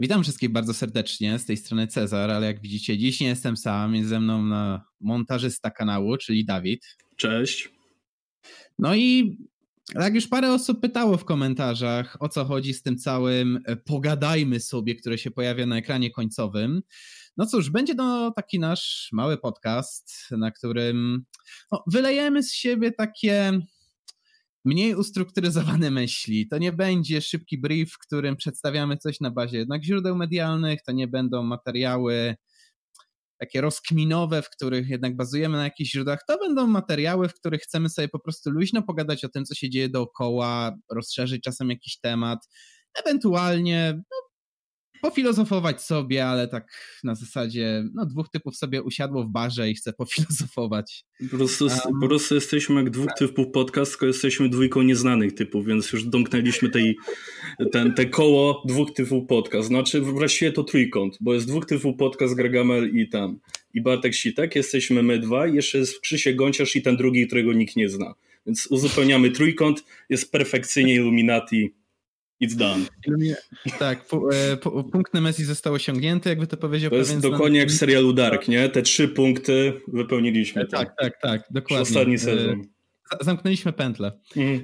Witam wszystkich bardzo serdecznie, z tej strony Cezar, ale jak widzicie, dziś nie jestem sam, jest ze mną montażysta kanału, czyli Dawid. Cześć. No i jak już parę osób pytało w komentarzach, o co chodzi z tym całym pogadajmy sobie, które się pojawia na ekranie końcowym. No cóż, będzie to taki nasz mały podcast, na którym wylejemy z siebie takie mniej ustrukturyzowane myśli. To nie będzie szybki brief, w którym przedstawiamy coś na bazie jednak źródeł medialnych, to nie będą materiały takie rozkminowe, w których jednak bazujemy na jakichś źródłach. To będą materiały, w których chcemy sobie po prostu luźno pogadać o tym, co się dzieje dookoła, rozszerzyć czasem jakiś temat, ewentualnie pofilozofować sobie, ale tak na zasadzie dwóch typów sobie usiadło w barze i chce pofilozofować. Po prostu jesteśmy jak dwóch typów podcast, tylko jesteśmy dwójką nieznanych typów, więc już domknęliśmy te koło dwóch typów podcast. Znaczy właściwie to trójkąt, bo jest dwóch typów podcast, Gargamel i Bartek Sitek. Jesteśmy my dwa i jeszcze jest Krzysiek Gąciarz i ten drugi, którego nikt nie zna. Więc uzupełniamy trójkąt, jest perfekcyjnie Illuminati. It's done. Tak, punkt Nemezis został osiągnięty, jakby to powiedział. To jest dokładnie jak w serialu Dark, nie? Te 3 punkty wypełniliśmy. Tak, dokładnie. Ostatni sezon. Zamknęliśmy pętlę.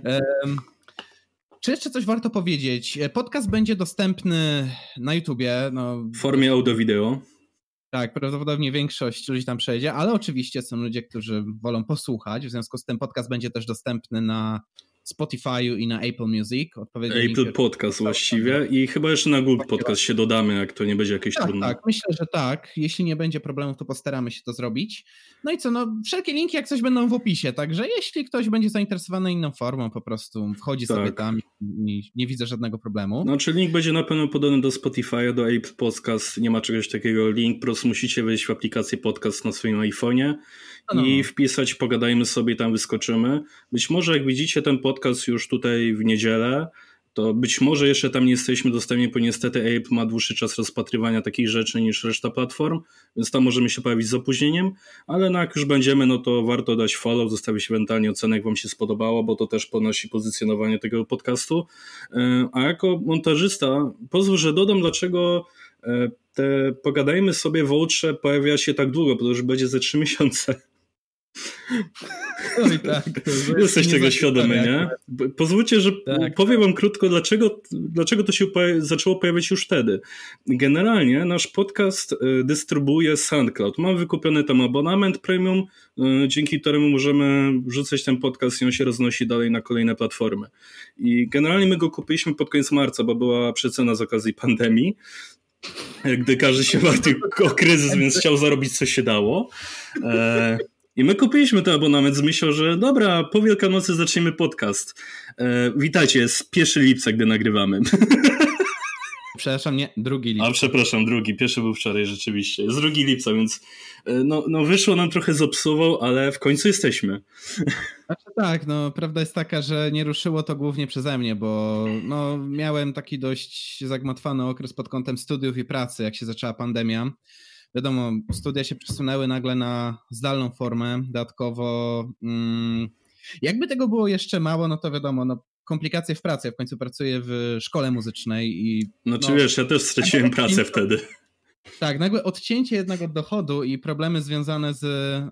Czy jeszcze coś warto powiedzieć? Podcast będzie dostępny na YouTubie. W formie audio-wideo. Tak, prawdopodobnie większość ludzi tam przejdzie, ale oczywiście są ludzie, którzy wolą posłuchać. W związku z tym podcast będzie też dostępny na Spotify'u i na Apple Music. Apple Podcast właściwie i chyba jeszcze na Google Podcast się dodamy, jak to nie będzie jakieś trudne. Tak, myślę, że tak. Jeśli nie będzie problemów, to postaramy się to zrobić. No i co, wszelkie linki jak coś będą w opisie, także jeśli ktoś będzie zainteresowany inną formą, po prostu wchodzi sobie tam i nie widzę żadnego problemu. Znaczy link będzie na pewno podany do Spotify'a, do Apple Podcast, nie ma czegoś takiego link, po prostu musicie wejść w aplikację podcast na swoim iPhone'ie i wpisać pogadajmy sobie, tam wyskoczymy. Być może jak widzicie ten podcast już tutaj w niedzielę, to być może jeszcze tam nie jesteśmy dostępni, bo niestety Apple ma dłuższy czas rozpatrywania takich rzeczy niż reszta platform, więc tam możemy się pojawić z opóźnieniem, ale jak już będziemy, to warto dać follow, zostawić ewentualnie ocenę, jak wam się spodobało, bo to też podnosi pozycjonowanie tego podcastu. A jako montażysta pozwól, że dodam, dlaczego te pogadajmy sobie w outrze pojawia się tak długo, bo to już będzie ze 3 miesiące. Oj, tak, jesteś tego świadomy, nie? Pozwólcie, że powiem wam krótko, dlaczego to się zaczęło pojawiać już wtedy. Generalnie nasz podcast dystrybuuje SoundCloud. Mam wykupiony tam abonament premium, dzięki któremu możemy wrzucać ten podcast i on się roznosi dalej na kolejne platformy. I generalnie my go kupiliśmy pod koniec marca, bo była przecena z okazji pandemii. Gdy każdy się martwił o kryzys, więc chciał zarobić co się dało. I my kupiliśmy ten abonament z myślą, że dobra, po Wielkanocy zaczniemy podcast. Witajcie, jest 1 lipca, gdy nagrywamy. Przepraszam, nie, 2 lipca. A przepraszam, 2. Pierwszy był wczoraj rzeczywiście. Jest 2 lipca, więc wyszło nam trochę z obsuwą, ale w końcu jesteśmy. Znaczy tak, prawda jest taka, że nie ruszyło to głównie przeze mnie, bo miałem taki dość zagmatwany okres pod kątem studiów i pracy, jak się zaczęła pandemia. Wiadomo, studia się przesunęły nagle na zdalną formę, dodatkowo jakby tego było jeszcze mało, to wiadomo, komplikacje w pracy, ja w końcu pracuję w szkole muzycznej i... wiesz, ja też straciłem pracę wtedy. Tak, nagłe odcięcie jednak od dochodu i problemy związane z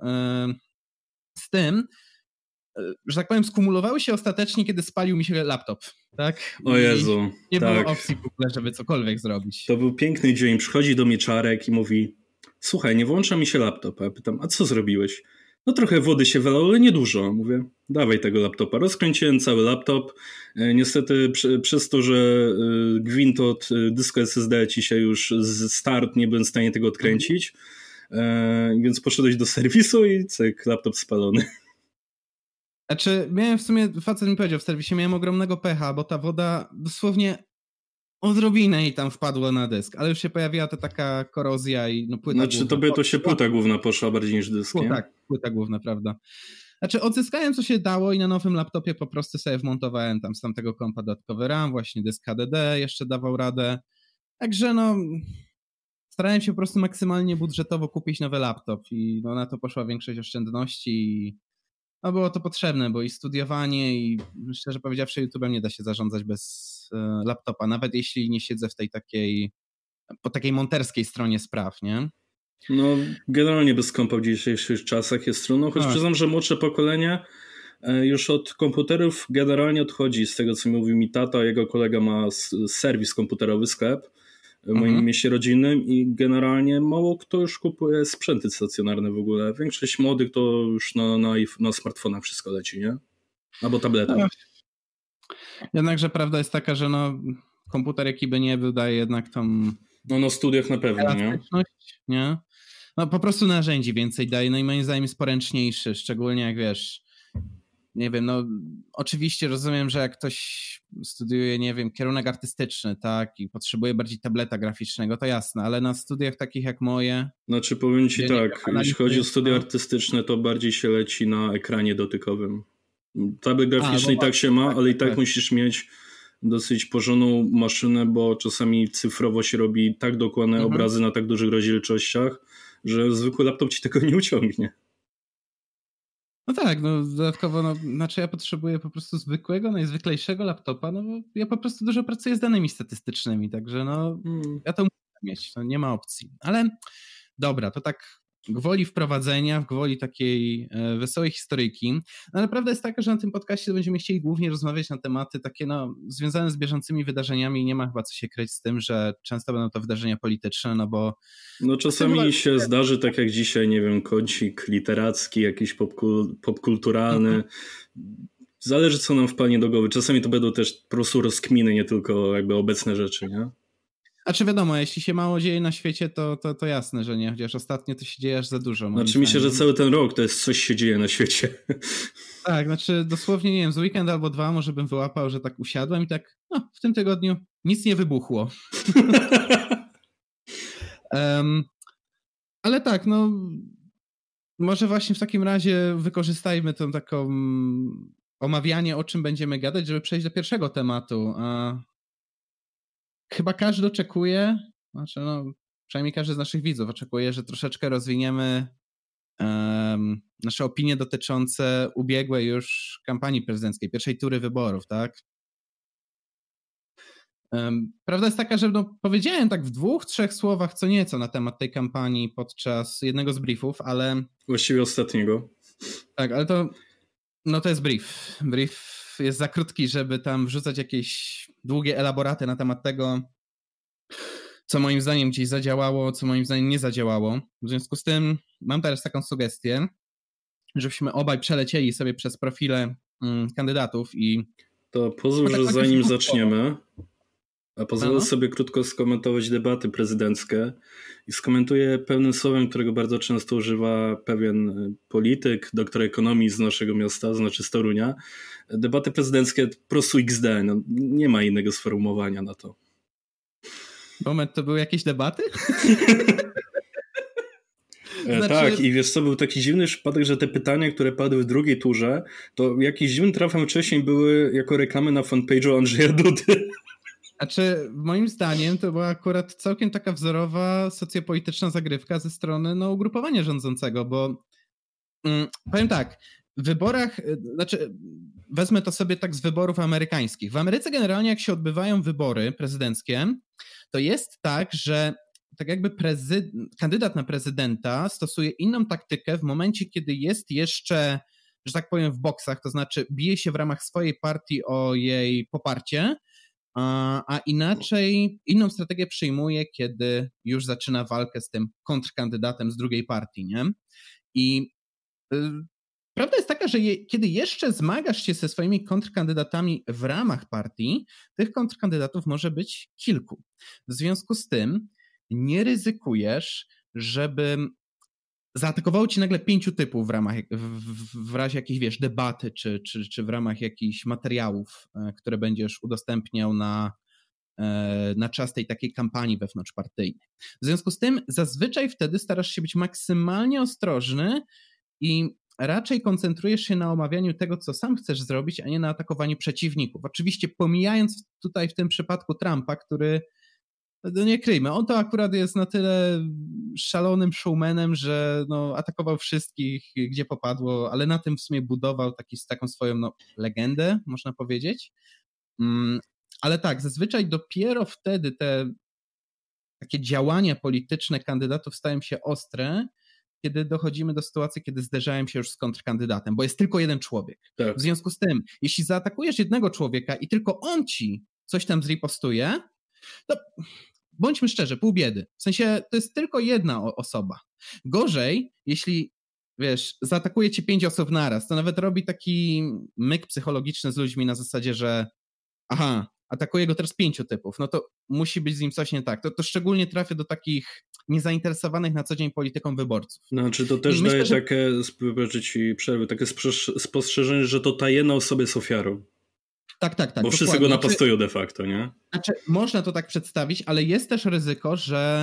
tym, że tak powiem, skumulowały się ostatecznie, kiedy spalił mi się laptop, tak? O Jezu, nie było opcji w ogóle, żeby cokolwiek zrobić. To był piękny dzień, przychodzi do mnie Czarek i mówi: słuchaj, nie włącza mi się laptop. A ja pytam: a co zrobiłeś? Trochę wody się wylało, ale niedużo. Mówię: dawaj tego laptopa. Rozkręciłem cały laptop. Niestety przez to, że gwint od dysku SSD ci się już z start nie byłem w stanie tego odkręcić. Więc poszedłeś do serwisu i cyk, laptop spalony. Znaczy, miałem w sumie, facet mi powiedział w serwisie, miałem ogromnego pecha, bo ta woda dosłownie odrobinę i tam wpadło na dysk, ale już się pojawiła ta taka korozja i płyta główna. Tobie to się płyta główna poszła bardziej niż dysk, nie? Tak, płyta główna, prawda. Znaczy odzyskałem co się dało i na nowym laptopie po prostu sobie wmontowałem tam z tamtego kompa dodatkowy RAM, właśnie dysk HDD jeszcze dawał radę. Także starałem się po prostu maksymalnie budżetowo kupić nowy laptop i na to poszła większość oszczędności i było to potrzebne, bo i studiowanie i szczerze powiedziawszy YouTube'em nie da się zarządzać bez laptopa, nawet jeśli nie siedzę w tej takiej po takiej monterskiej stronie spraw, nie? No, generalnie bez kompa w dzisiejszych czasach jest trudno, choć przyznam, że młodsze pokolenie już od komputerów generalnie odchodzi. Z tego, co mówił mi tata, jego kolega ma serwis komputerowy, sklep w moim mieście rodzinnym i generalnie mało kto już kupuje sprzęty stacjonarne w ogóle. Większość młodych to już na smartfonach wszystko leci, nie? Albo tabletach. No. Jednakże prawda jest taka, że komputer jaki by nie był, daje jednak tą... No na studiach na pewno, nie? No po prostu narzędzi więcej daje, no i moim zdaniem jest poręczniejszy, szczególnie jak wiesz, nie wiem, oczywiście rozumiem, że jak ktoś studiuje, nie wiem, kierunek artystyczny, tak, i potrzebuje bardziej tableta graficznego, to jasne, ale na studiach takich jak moje... Znaczy powiem ci tak, jeśli chodzi o studia artystyczne, to bardziej się leci na ekranie dotykowym. Tablet graficzny i tak się ma, ale i tak musisz mieć dosyć porządną maszynę, bo czasami cyfrowo się robi tak dokładne obrazy na tak dużych rozdzielczościach, że zwykły laptop ci tego nie uciągnie. No tak, dodatkowo, znaczy ja potrzebuję po prostu zwykłego, najzwyklejszego laptopa, bo ja po prostu dużo pracuję z danymi statystycznymi, także ja to muszę mieć, nie ma opcji. Ale dobra, to tak gwoli wprowadzenia, gwoli takiej wesołej historyjki. Ale prawda jest taka, że na tym podcaście będziemy chcieli głównie rozmawiać na tematy takie związane z bieżącymi wydarzeniami i nie ma chyba co się kryć z tym, że często będą to wydarzenia polityczne, bo... czasami się zdarzy tak jak dzisiaj, nie wiem, kącik literacki, jakiś popkulturalny. Zależy co nam wpadnie do głowy. Czasami to będą też po prostu rozkminy, nie tylko jakby obecne rzeczy, nie? A czy wiadomo, jeśli się mało dzieje na świecie, to jasne, że nie, chociaż ostatnio to się dzieje aż za dużo. Myślę, że cały ten rok to jest coś się dzieje na świecie. Tak, dosłownie, nie wiem, z weekend albo 2 może bym wyłapał, że tak usiadłem i tak, w tym tygodniu nic nie wybuchło. Ale tak, może właśnie w takim razie wykorzystajmy tą taką omawianie, o czym będziemy gadać, żeby przejść do pierwszego tematu. Chyba każdy oczekuje, przynajmniej każdy z naszych widzów oczekuje, że troszeczkę rozwiniemy nasze opinie dotyczące ubiegłej już kampanii prezydenckiej, pierwszej tury wyborów, tak? Prawda jest taka, że powiedziałem tak w 2-3 słowach co nieco na temat tej kampanii podczas jednego z briefów, ale... Właściwie ostatniego. Tak, ale to jest brief. Brief jest za krótki, żeby tam wrzucać jakieś długie elaboraty na temat tego, co moim zdaniem gdzieś zadziałało, co moim zdaniem nie zadziałało. W związku z tym mam teraz taką sugestię, żebyśmy obaj przelecieli sobie przez profile kandydatów i... To pozwól, że zanim zaczniemy, pozwolę sobie krótko skomentować debaty prezydenckie i skomentuję pewnym słowem, którego bardzo często używa pewien polityk, doktor ekonomii z naszego miasta, znaczy z Torunia. Debaty prezydenckie po prostu XD, nie ma innego sformułowania na to. Moment, to były jakieś debaty? Tak, i wiesz co, był taki dziwny przypadek, że te pytania, które padły w drugiej turze, to jakiś dziwny trafem wcześniej były jako reklamy na fanpage'u Andrzeja Dudy. Znaczy, moim zdaniem to była akurat całkiem taka wzorowa socjopolityczna zagrywka ze strony ugrupowania rządzącego, bo powiem tak, w wyborach, wezmę to sobie tak z wyborów amerykańskich. W Ameryce generalnie jak się odbywają wybory prezydenckie, to jest tak, że tak jakby kandydat na prezydenta stosuje inną taktykę w momencie, kiedy jest jeszcze, że tak powiem, w boksach, to znaczy bije się w ramach swojej partii o jej poparcie, a inaczej inną strategię przyjmuje, kiedy już zaczyna walkę z tym kontrkandydatem z drugiej partii, nie? I prawda jest taka, że kiedy jeszcze zmagasz się ze swoimi kontrkandydatami w ramach partii, tych kontrkandydatów może być kilku. W związku z tym nie ryzykujesz, żeby zaatakowało ci nagle 5 typów w razie jakiejś, debaty, czy w ramach jakichś materiałów, które będziesz udostępniał na czas tej takiej kampanii wewnątrzpartyjnej. W związku z tym zazwyczaj wtedy starasz się być maksymalnie ostrożny i raczej koncentrujesz się na omawianiu tego, co sam chcesz zrobić, a nie na atakowaniu przeciwników. Oczywiście pomijając tutaj w tym przypadku Trumpa, który, nie kryjmy, on to akurat jest na tyle szalonym showmanem, że atakował wszystkich, gdzie popadło, ale na tym w sumie budował taką swoją legendę, można powiedzieć. Ale tak, zazwyczaj dopiero wtedy te takie działania polityczne kandydatów stają się ostre, kiedy dochodzimy do sytuacji, kiedy zderzają się już z kontrkandydatem, bo jest tylko jeden człowiek. Tak. W związku z tym, jeśli zaatakujesz jednego człowieka i tylko on ci coś tam zripostuje, to bądźmy szczerzy, pół biedy. W sensie to jest tylko jedna osoba. Gorzej, jeśli zaatakuje cię 5 osób naraz, to nawet robi taki myk psychologiczny z ludźmi na zasadzie, że atakuje go teraz 5 typów, no to musi być z nim coś nie tak. To szczególnie trafia do takich niezainteresowanych na co dzień polityką wyborców. Znaczy to też daje takie, wybaczę ci przerwy, takie spostrzeżenie, że to ta jedna osoba jest ofiarą. Tak. Bo wszyscy go napastują de facto, nie? Znaczy, można to tak przedstawić, ale jest też ryzyko,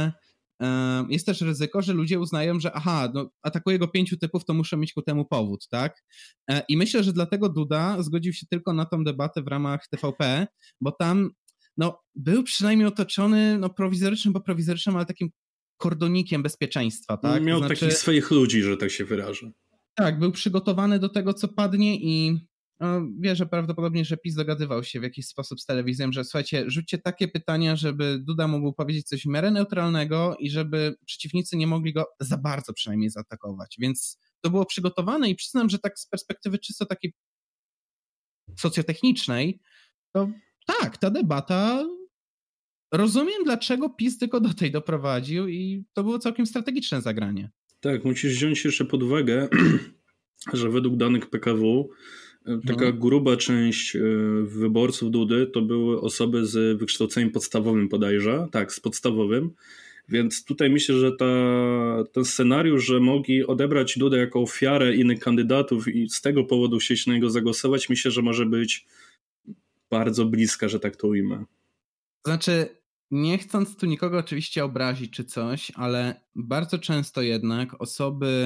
że ludzie uznają, że atakuje go 5 typów, to muszę mieć ku temu powód, tak? I myślę, że dlatego Duda zgodził się tylko na tą debatę w ramach TVP, bo tam był przynajmniej otoczony prowizorycznym, ale takim kordonikiem bezpieczeństwa, tak? Miał takich swoich ludzi, że tak się wyrażę. Tak, był przygotowany do tego, co padnie i wierzę prawdopodobnie, że PiS dogadywał się w jakiś sposób z telewizją, że słuchajcie, rzućcie takie pytania, żeby Duda mógł powiedzieć coś w miarę neutralnego i żeby przeciwnicy nie mogli go za bardzo przynajmniej zaatakować. Więc to było przygotowane i przyznam, że tak z perspektywy czysto takiej socjotechnicznej, to tak, ta debata, rozumiem, dlaczego PiS tylko do tej doprowadził i to było całkiem strategiczne zagranie. Tak, musisz wziąć jeszcze pod uwagę, że według danych PKW taka gruba część wyborców Dudy to były osoby z wykształceniem podstawowym bodajże, tak, z podstawowym, więc tutaj myślę, że ten scenariusz, że mogli odebrać Dudę jako ofiarę innych kandydatów i z tego powodu chcieć na niego zagłosować, myślę, że może być bardzo bliska, że tak to ujmę. Znaczy, nie chcąc tu nikogo oczywiście obrazić czy coś, ale bardzo często jednak osoby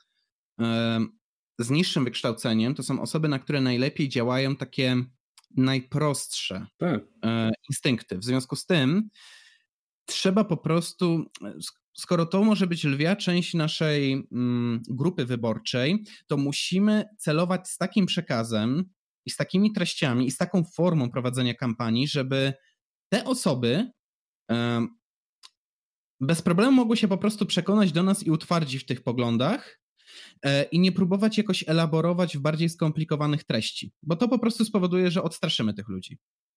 z niższym wykształceniem to są osoby, na które najlepiej działają takie najprostsze instynkty. W związku z tym trzeba po prostu, skoro to może być lwia część naszej grupy wyborczej, to musimy celować z takim przekazem i z takimi treściami i z taką formą prowadzenia kampanii, żeby te osoby bez problemu mogły się po prostu przekonać do nas i utwardzić w tych poglądach i nie próbować jakoś elaborować w bardziej skomplikowanych treści, bo to po prostu spowoduje, że odstraszymy tych ludzi.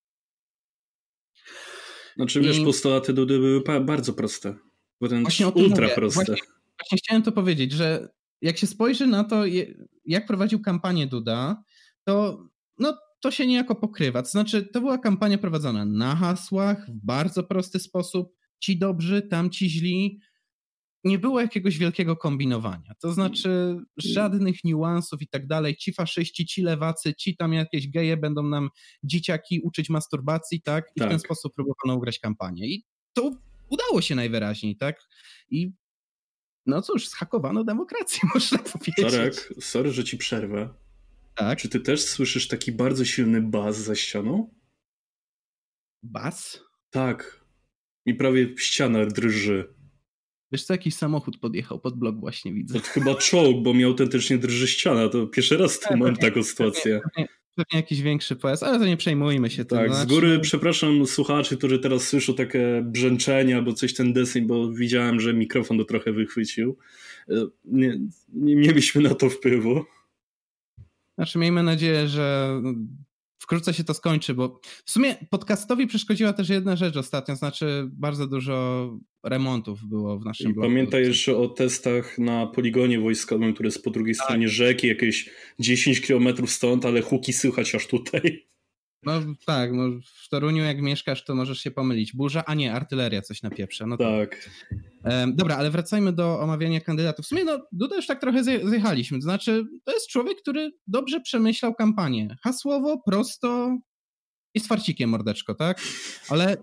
Znaczy wiesz, postulaty Dudy były bardzo proste, wręcz ultra proste. Właśnie chciałem to powiedzieć, że jak się spojrzy na to, jak prowadził kampanię Duda, to się niejako pokrywa. To znaczy, to była kampania prowadzona na hasłach, w bardzo prosty sposób. Ci dobrzy, tamci źli. Nie było jakiegoś wielkiego kombinowania. To znaczy żadnych niuansów i tak dalej. Ci faszyści, ci lewacy, ci tam jakieś geje będą nam dzieciaki uczyć masturbacji, tak? I w ten sposób próbowano ugrać kampanię. I to udało się najwyraźniej, tak? I no cóż, zhakowano demokrację, można powiedzieć. Czarek, sorry, że ci przerwę. Tak? Czy ty też słyszysz taki bardzo silny bas za ścianą? Bas? Tak. I prawie ściana drży. Wiesz co, jakiś samochód podjechał pod blok właśnie, widzę. To chyba czołg, bo mi autentycznie drży ściana. To pierwszy raz tu mam taką sytuację. Pewnie jakiś większy pojazd, ale to nie przejmujmy się tym. Tak, z góry przepraszam słuchaczy, którzy teraz słyszą takie brzęczenia albo coś ten deseń, bo widziałem, że mikrofon to trochę wychwycił. Nie mieliśmy na to wpływu. Znaczy miejmy nadzieję, że wkrótce się to skończy, bo w sumie podcastowi przeszkodziła też jedna rzecz ostatnio, znaczy bardzo dużo remontów było w naszym blogu. Pamiętaj jeszcze o testach na poligonie wojskowym, który jest po drugiej stronie rzeki, jakieś 10 km stąd, ale huki słychać aż tutaj. No tak, w Toruniu jak mieszkasz, to możesz się pomylić. Burza, a nie, artyleria coś napieprza. No tak. Dobra, ale wracajmy do omawiania kandydatów. W sumie Duda już tak trochę zjechaliśmy. To znaczy, to jest człowiek, który dobrze przemyślał kampanię. Hasłowo, prosto i z farcikiem, mordeczko, tak? Ale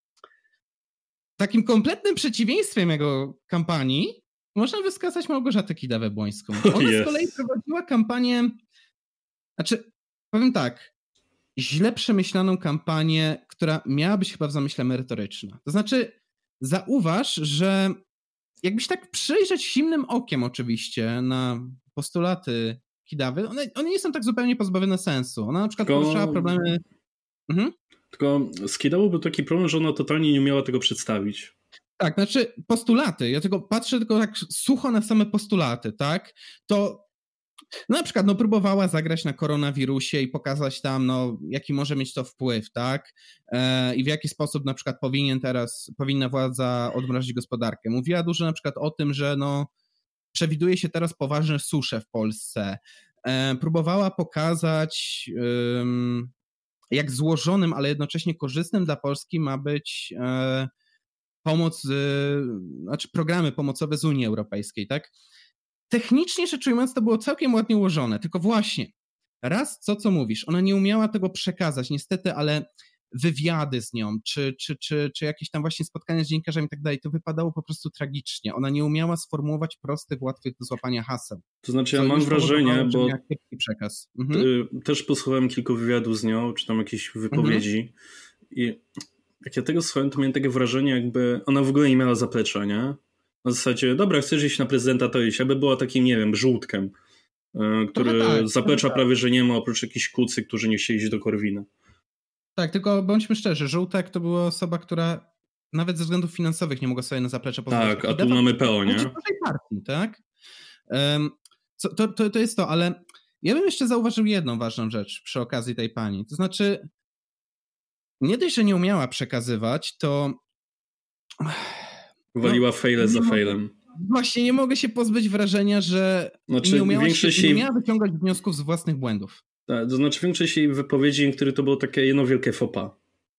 takim kompletnym przeciwieństwem jego kampanii można wskazać Małgorzatę Kidawę-Błońską. Ona z kolei prowadziła kampanię, znaczy, powiem tak, źle przemyślaną kampanię, która miała być chyba w zamyśle merytoryczna. To znaczy, zauważ, że jakbyś tak przyjrzeć zimnym okiem oczywiście na postulaty Kidawy, one nie są tak zupełnie pozbawione sensu. Ona na przykład poruszała problemy... Tylko z Kidawą był taki problem, że ona totalnie nie umiała tego przedstawić. Tak, znaczy postulaty, ja tylko patrzę tylko tak sucho na same postulaty, tak? To na przykład próbowała zagrać na koronawirusie i pokazać tam, jaki może mieć to wpływ, tak? I w jaki sposób na przykład powinna władza odmrozić gospodarkę. Mówiła dużo na przykład o tym, że przewiduje się teraz poważne susze w Polsce. Próbowała pokazać, jak złożonym, ale jednocześnie korzystnym dla Polski ma być programy pomocowe z Unii Europejskiej, tak? Technicznie rzecz ujmując, to było całkiem ładnie ułożone, tylko właśnie raz co mówisz, ona nie umiała tego przekazać, niestety, ale wywiady z nią, czy jakieś tam właśnie spotkania z dziennikarzami i tak dalej, to wypadało po prostu tragicznie. Ona nie umiała sformułować prostych, łatwych do złapania haseł. To znaczy ja mam wrażenie, bo przekaz. Też posłuchałem kilku wywiadów z nią, czy tam jakieś wypowiedzi i jak ja tego słuchałem, to miałem takie wrażenie, jakby ona w ogóle nie miała zaplecza, nie? Na zasadzie, dobra, chcesz iść na prezydenta, to iść, aby była takim, nie wiem, żółtkiem, który zaplecza prawie, że nie ma, oprócz jakichś kucy, którzy nie chcieli iść do Korwina. Tak, tylko bądźmy szczerzy, Żółtek to była osoba, która nawet ze względów finansowych nie mogła sobie na zaplecze pozwolić. Tak, a tu mamy PO, nie? Partii, tak? To jest to, ale ja bym jeszcze zauważył jedną ważną rzecz przy okazji tej pani. To znaczy, nie dość, że nie umiała przekazywać, to waliła fejle za fejlem. Właśnie nie mogę się pozbyć wrażenia, że nie umiała wyciągać wniosków z własnych błędów. Tak, to znaczy większość jej wypowiedzi, które to było takie jedno wielkie faux pas.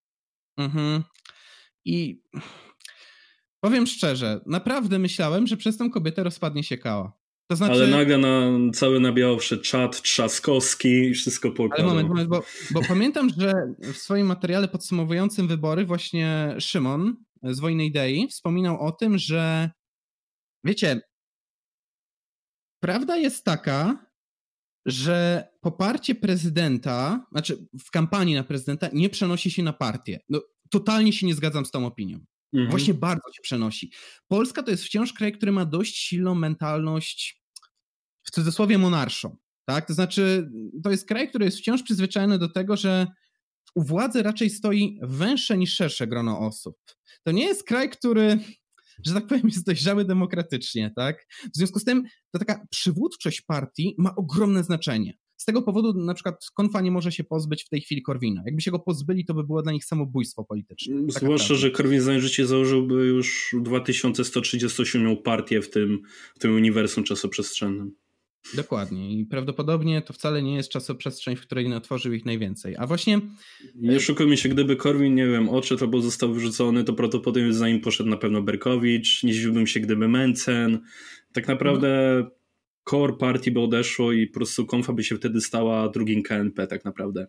I powiem szczerze, naprawdę myślałem, że przez tę kobietę rozpadnie się koło. To znaczy... Ale nagle cały na biało wszedł czat Trzaskowski i wszystko pokazał. Ale moment, bo pamiętam, że w swoim materiale podsumowującym wybory właśnie Szymon z Wojny Idei wspominał o tym, że wiecie, prawda jest taka, że poparcie prezydenta, znaczy w kampanii na prezydenta nie przenosi się na partię. Totalnie się nie zgadzam z tą opinią. Właśnie bardzo się przenosi. Polska to jest wciąż kraj, który ma dość silną mentalność, w cudzysłowie, monarszą. Tak? To znaczy, to jest kraj, który jest wciąż przyzwyczajony do tego, że u władzy raczej stoi węższe niż szersze grono osób. To nie jest kraj, który, że tak powiem, jest dojrzały demokratycznie, tak? W związku z tym to taka przywódczość partii ma ogromne znaczenie. Z tego powodu na przykład Konfa nie może się pozbyć w tej chwili Korwina. Jakby się go pozbyli, to by było dla nich samobójstwo polityczne. Zwłaszcza, że Korwin za życie założyłby już 2137 partię w tym uniwersum czasoprzestrzennym. Dokładnie i prawdopodobnie to wcale nie jest czasoprzestrzeń, w której natworzył ich najwięcej. A właśnie... Nie oszukujmy się, gdyby Korwin, nie wiem, odszedł albo został wyrzucony, to prawdopodobnie za nim poszedł na pewno Berkowicz, nie zdziwiłbym się, gdyby Mencen. Tak naprawdę core partii by odeszło i po prostu Konfa by się wtedy stała drugim KNP tak naprawdę.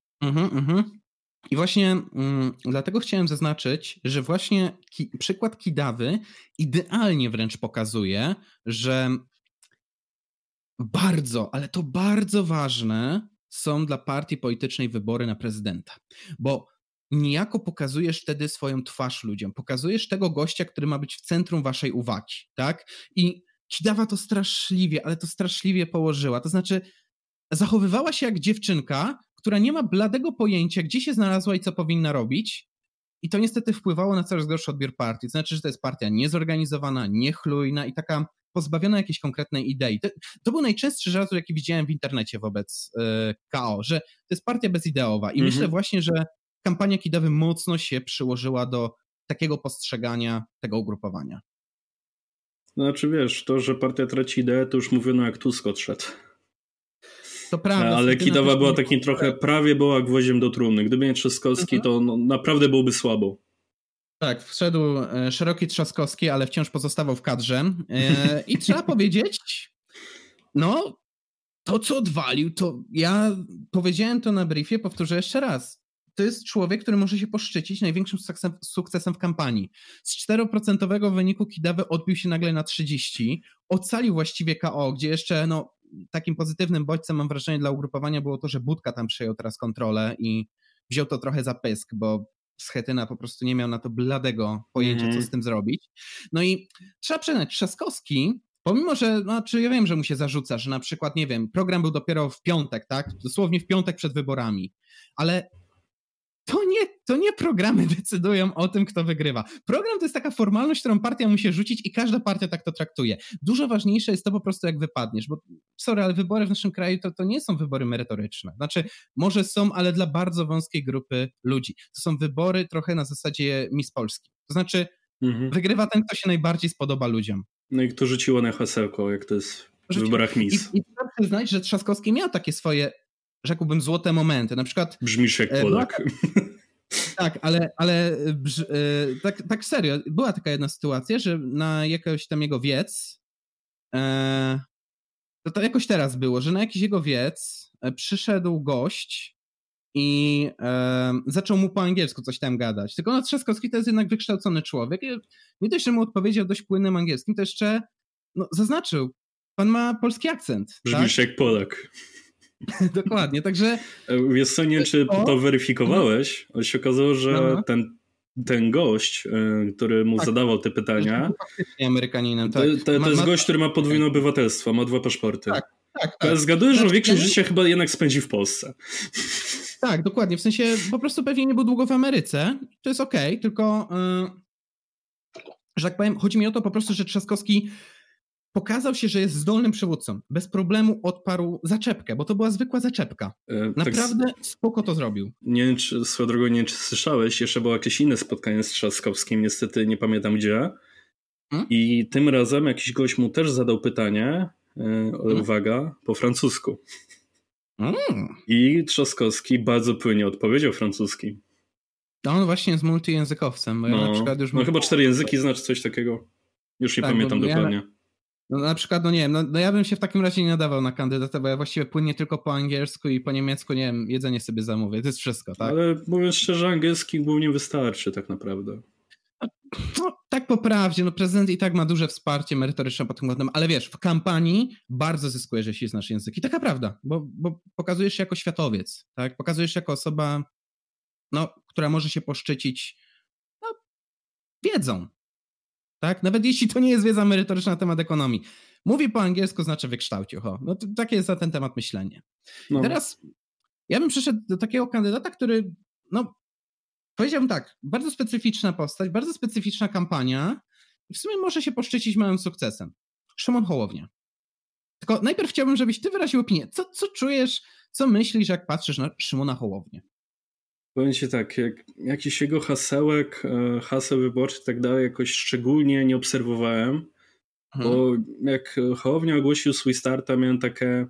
I właśnie dlatego chciałem zaznaczyć, że właśnie przykład Kidawy idealnie wręcz pokazuje, że bardzo, ale to bardzo ważne są dla partii politycznej wybory na prezydenta, bo niejako pokazujesz wtedy swoją twarz ludziom, pokazujesz tego gościa, który ma być w centrum waszej uwagi, tak? I Kidawa to straszliwie, ale to straszliwie położyła, to znaczy zachowywała się jak dziewczynka, która nie ma bladego pojęcia, gdzie się znalazła i co powinna robić, i to niestety wpływało na coraz gorszy odbiór partii, to znaczy, że to jest partia niezorganizowana, niechlujna i taka pozbawiona jakiejś konkretnej idei. To był najczęstszy zarzut, jaki widziałem w internecie wobec KO, że to jest partia bezideowa i myślę właśnie, że kampania Kidawy mocno się przyłożyła do takiego postrzegania tego ugrupowania. Znaczy wiesz, to, że partia traci ideę, to już mówiono jak Tusk odszedł. To prawda. Ale Kidawa była takim trochę, prawie była gwoździem do trumny. Gdyby nie Trzaskowski, to naprawdę byłoby słabo. Tak, wszedł szeroki Trzaskowski, ale wciąż pozostawał w kadrze. I trzeba powiedzieć, to co odwalił, to ja powiedziałem to na briefie, powtórzę jeszcze raz. To jest człowiek, który może się poszczycić największym sukcesem w kampanii. Z 4% wyniku Kidawy odbił się nagle na 30%. Ocalił właściwie KO, gdzie jeszcze takim pozytywnym bodźcem, mam wrażenie, dla ugrupowania było to, że Budka tam przejął teraz kontrolę i wziął to trochę za pysk, bo Schetyna po prostu nie miał na to bladego pojęcia, co z tym zrobić. No i trzeba przyznać, Trzaskowski, pomimo, że, ja wiem, że mu się zarzuca, że na przykład, nie wiem, program był dopiero w piątek, tak? Dosłownie w piątek przed wyborami, ale to nie programy decydują o tym, kto wygrywa. Program to jest taka formalność, którą partia musi rzucić i każda partia tak to traktuje. Dużo ważniejsze jest to po prostu, jak wypadniesz, bo sorry, ale wybory w naszym kraju to nie są wybory merytoryczne. Znaczy, może są, ale dla bardzo wąskiej grupy ludzi. To są wybory trochę na zasadzie Miss Polski. To znaczy, wygrywa ten, kto się najbardziej spodoba ludziom. No i kto rzuciło na hasełko, jak to jest w wyborach Miss. I trzeba przyznać, że Trzaskowski miał takie swoje, rzekłbym, złote momenty. Na przykład... Brzmisz jak Polak. Tak, ale tak serio, była taka jedna sytuacja, że na jakoś tam jego wiec, to jakoś teraz było, że na jakiś jego wiec przyszedł gość i zaczął mu po angielsku coś tam gadać. Tylko Trzaskowski to jest jednak wykształcony człowiek. Nie dość, że mu odpowiedział dość płynnym angielskim, to jeszcze zaznaczył, pan ma polski akcent. Brzmisz jak Polak. Dokładnie, także... Wiesz co, nie wiem, czy to weryfikowałeś, ale się okazało, że ten gość, który mu zadawał te pytania, Amerykaninem, to jest gość, który ma podwójne obywatelstwo, ma 2 paszporty. Tak. Ja zgaduję, że większość życia chyba jednak spędzi w Polsce. Tak, dokładnie, w sensie po prostu pewnie nie był długo w Ameryce, to jest okej, tylko że tak powiem, chodzi mi o to po prostu, że Trzaskowski pokazał się, że jest zdolnym przywódcą. Bez problemu odparł zaczepkę, bo to była zwykła zaczepka. Naprawdę spoko to zrobił. Nie wiem, swoją drogą, nie wiem, czy słyszałeś, jeszcze było jakieś inne spotkanie z Trzaskowskim, niestety nie pamiętam gdzie. I tym razem jakiś gość mu też zadał pytanie, ale uwaga, po francusku. I Trzaskowski bardzo płynnie odpowiedział francuski. On właśnie jest multijęzykowcem. Bo ja na przykład już chyba 4 języki znaczy coś takiego. Już nie pamiętam dokładnie. Na przykład, nie wiem, ja bym się w takim razie nie nadawał na kandydata, bo ja właściwie płynnie tylko po angielsku i po niemiecku, nie wiem, jedzenie sobie zamówię. To jest wszystko, tak? Ale mówiąc szczerze, angielski głównie wystarczy tak naprawdę. Tak po prawdzie, prezydent i tak ma duże wsparcie merytoryczne pod tym względem, ale wiesz, w kampanii bardzo zyskujesz, jeśli znasz języki. Taka prawda, bo pokazujesz się jako światowiec, tak? Pokazujesz się jako osoba, która może się poszczycić wiedzą. Tak? Nawet jeśli to nie jest wiedza merytoryczna na temat ekonomii. Mówi po angielsku, znaczy wykształcił. Takie jest na ten temat myślenie. Teraz ja bym przyszedł do takiego kandydata, który, powiedziałbym tak, bardzo specyficzna postać, bardzo specyficzna kampania i w sumie może się poszczycić małym sukcesem. Szymon Hołownia. Tylko najpierw chciałbym, żebyś ty wyraził opinię. Co czujesz, co myślisz, jak patrzysz na Szymona Hołownię? Powiem ci tak, jakiś jego hasełek, haseł wyborczy i tak dalej jakoś szczególnie nie obserwowałem, bo jak Hołownia ogłosił swój start, to miałem takie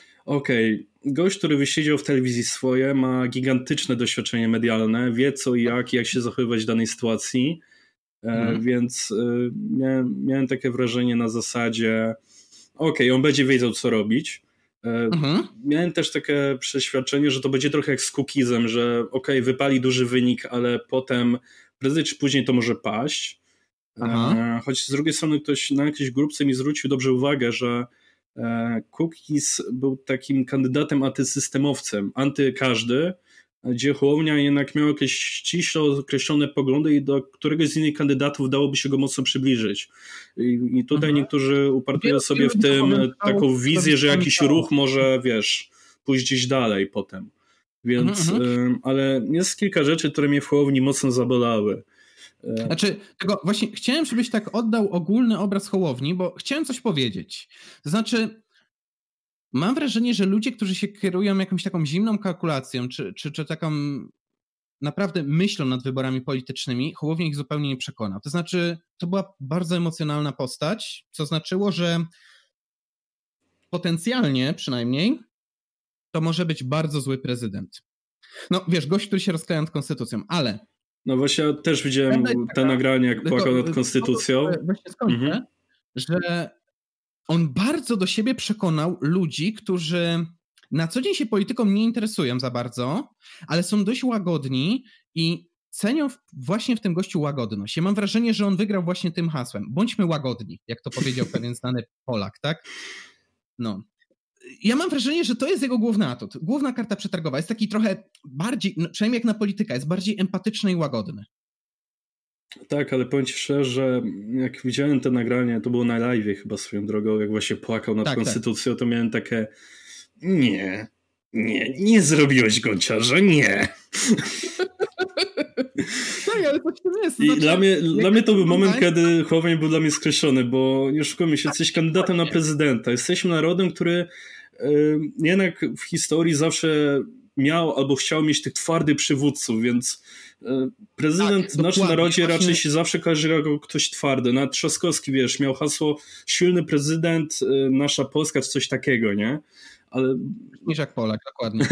gość, który wysiedział w telewizji swoje, ma gigantyczne doświadczenie medialne, wie co i jak się zachowywać w danej sytuacji, więc miałem takie wrażenie na zasadzie on będzie wiedział co robić. Miałem też takie przeświadczenie, że to będzie trochę jak z Cookizem, że wypali duży wynik, ale potem prędzej czy później to może paść. Choć z drugiej strony ktoś na jakiejś grupce mi zwrócił dobrze uwagę, że Cookiz był takim kandydatem antysystemowcem, anty każdy, gdzie Hołownia jednak miał jakieś ściśle określone poglądy i do któregoś z innych kandydatów dałoby się go mocno przybliżyć. I tutaj niektórzy upatrują sobie w tym taką wizję, że jakiś ruch może, pójść gdzieś dalej potem. Więc, ale jest kilka rzeczy, które mnie w Hołowni mocno zabolały. Tego właśnie chciałem, żebyś tak oddał ogólny obraz Hołowni, bo chciałem coś powiedzieć. To znaczy, mam wrażenie, że ludzie, którzy się kierują jakąś taką zimną kalkulacją, czy taką naprawdę myślą nad wyborami politycznymi, Hołownia ich zupełnie nie przekonał. To znaczy, to była bardzo emocjonalna postać, co znaczyło, że potencjalnie przynajmniej to może być bardzo zły prezydent. Gość, który się rozkleja nad konstytucją, ale... Właśnie ja też widziałem te nagrania, jak płakał nad konstytucją. Właśnie skończę, że on bardzo do siebie przekonał ludzi, którzy na co dzień się polityką nie interesują za bardzo, ale są dość łagodni i cenią właśnie w tym gościu łagodność. Ja mam wrażenie, że on wygrał właśnie tym hasłem. Bądźmy łagodni, jak to powiedział pewien znany Polak, tak? Ja mam wrażenie, że to jest jego główny atut. Główna karta przetargowa. Jest taki trochę bardziej, przynajmniej jak na polityka, jest bardziej empatyczny i łagodny. Tak, ale powiem ci szczerze, że jak widziałem te nagrania, to było na live'ie chyba swoją drogą, jak właśnie płakał nad konstytucją, to miałem takie nie zrobiłeś Gonciarza, nie. Tak, ale to nie jest. I dla mnie to był moment, kiedy Hołownia był dla mnie skreślony, bo nie oszukujmy się, jesteś kandydatem na prezydenta. Jesteśmy narodem, który jednak w historii zawsze miał albo chciał mieć tych twardych przywódców, więc prezydent w naszym narodzie raczej się zawsze kojarzy jako ktoś twardy. Nawet Trzaskowski, wiesz, miał hasło silny prezydent, nasza Polska, czy coś takiego, nie? Ale... Niż jak Polak, dokładnie.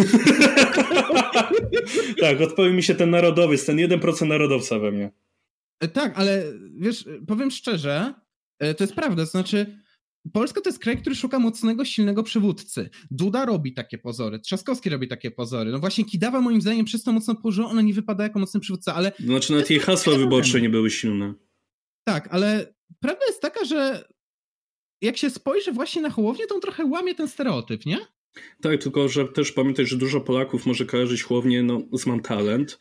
Tak, odpowie mi się ten narodowiec, ten 1% narodowca we mnie. Tak, ale wiesz, powiem szczerze, to jest prawda, to znaczy Polska to jest kraj, który szuka mocnego, silnego przywódcy. Duda robi takie pozory, Trzaskowski robi takie pozory. No właśnie Kidawa moim zdaniem przez to mocno położyła, ona nie wypada jako mocny przywódca, ale... Znaczy nawet jej hasła wyborcze nie były silne. Tak, ale prawda jest taka, że jak się spojrzy właśnie na Hołownię, to on trochę łamie ten stereotyp, nie? Tak, tylko że też pamiętaj, że dużo Polaków może kojarzyć Hołownię z Mam Talent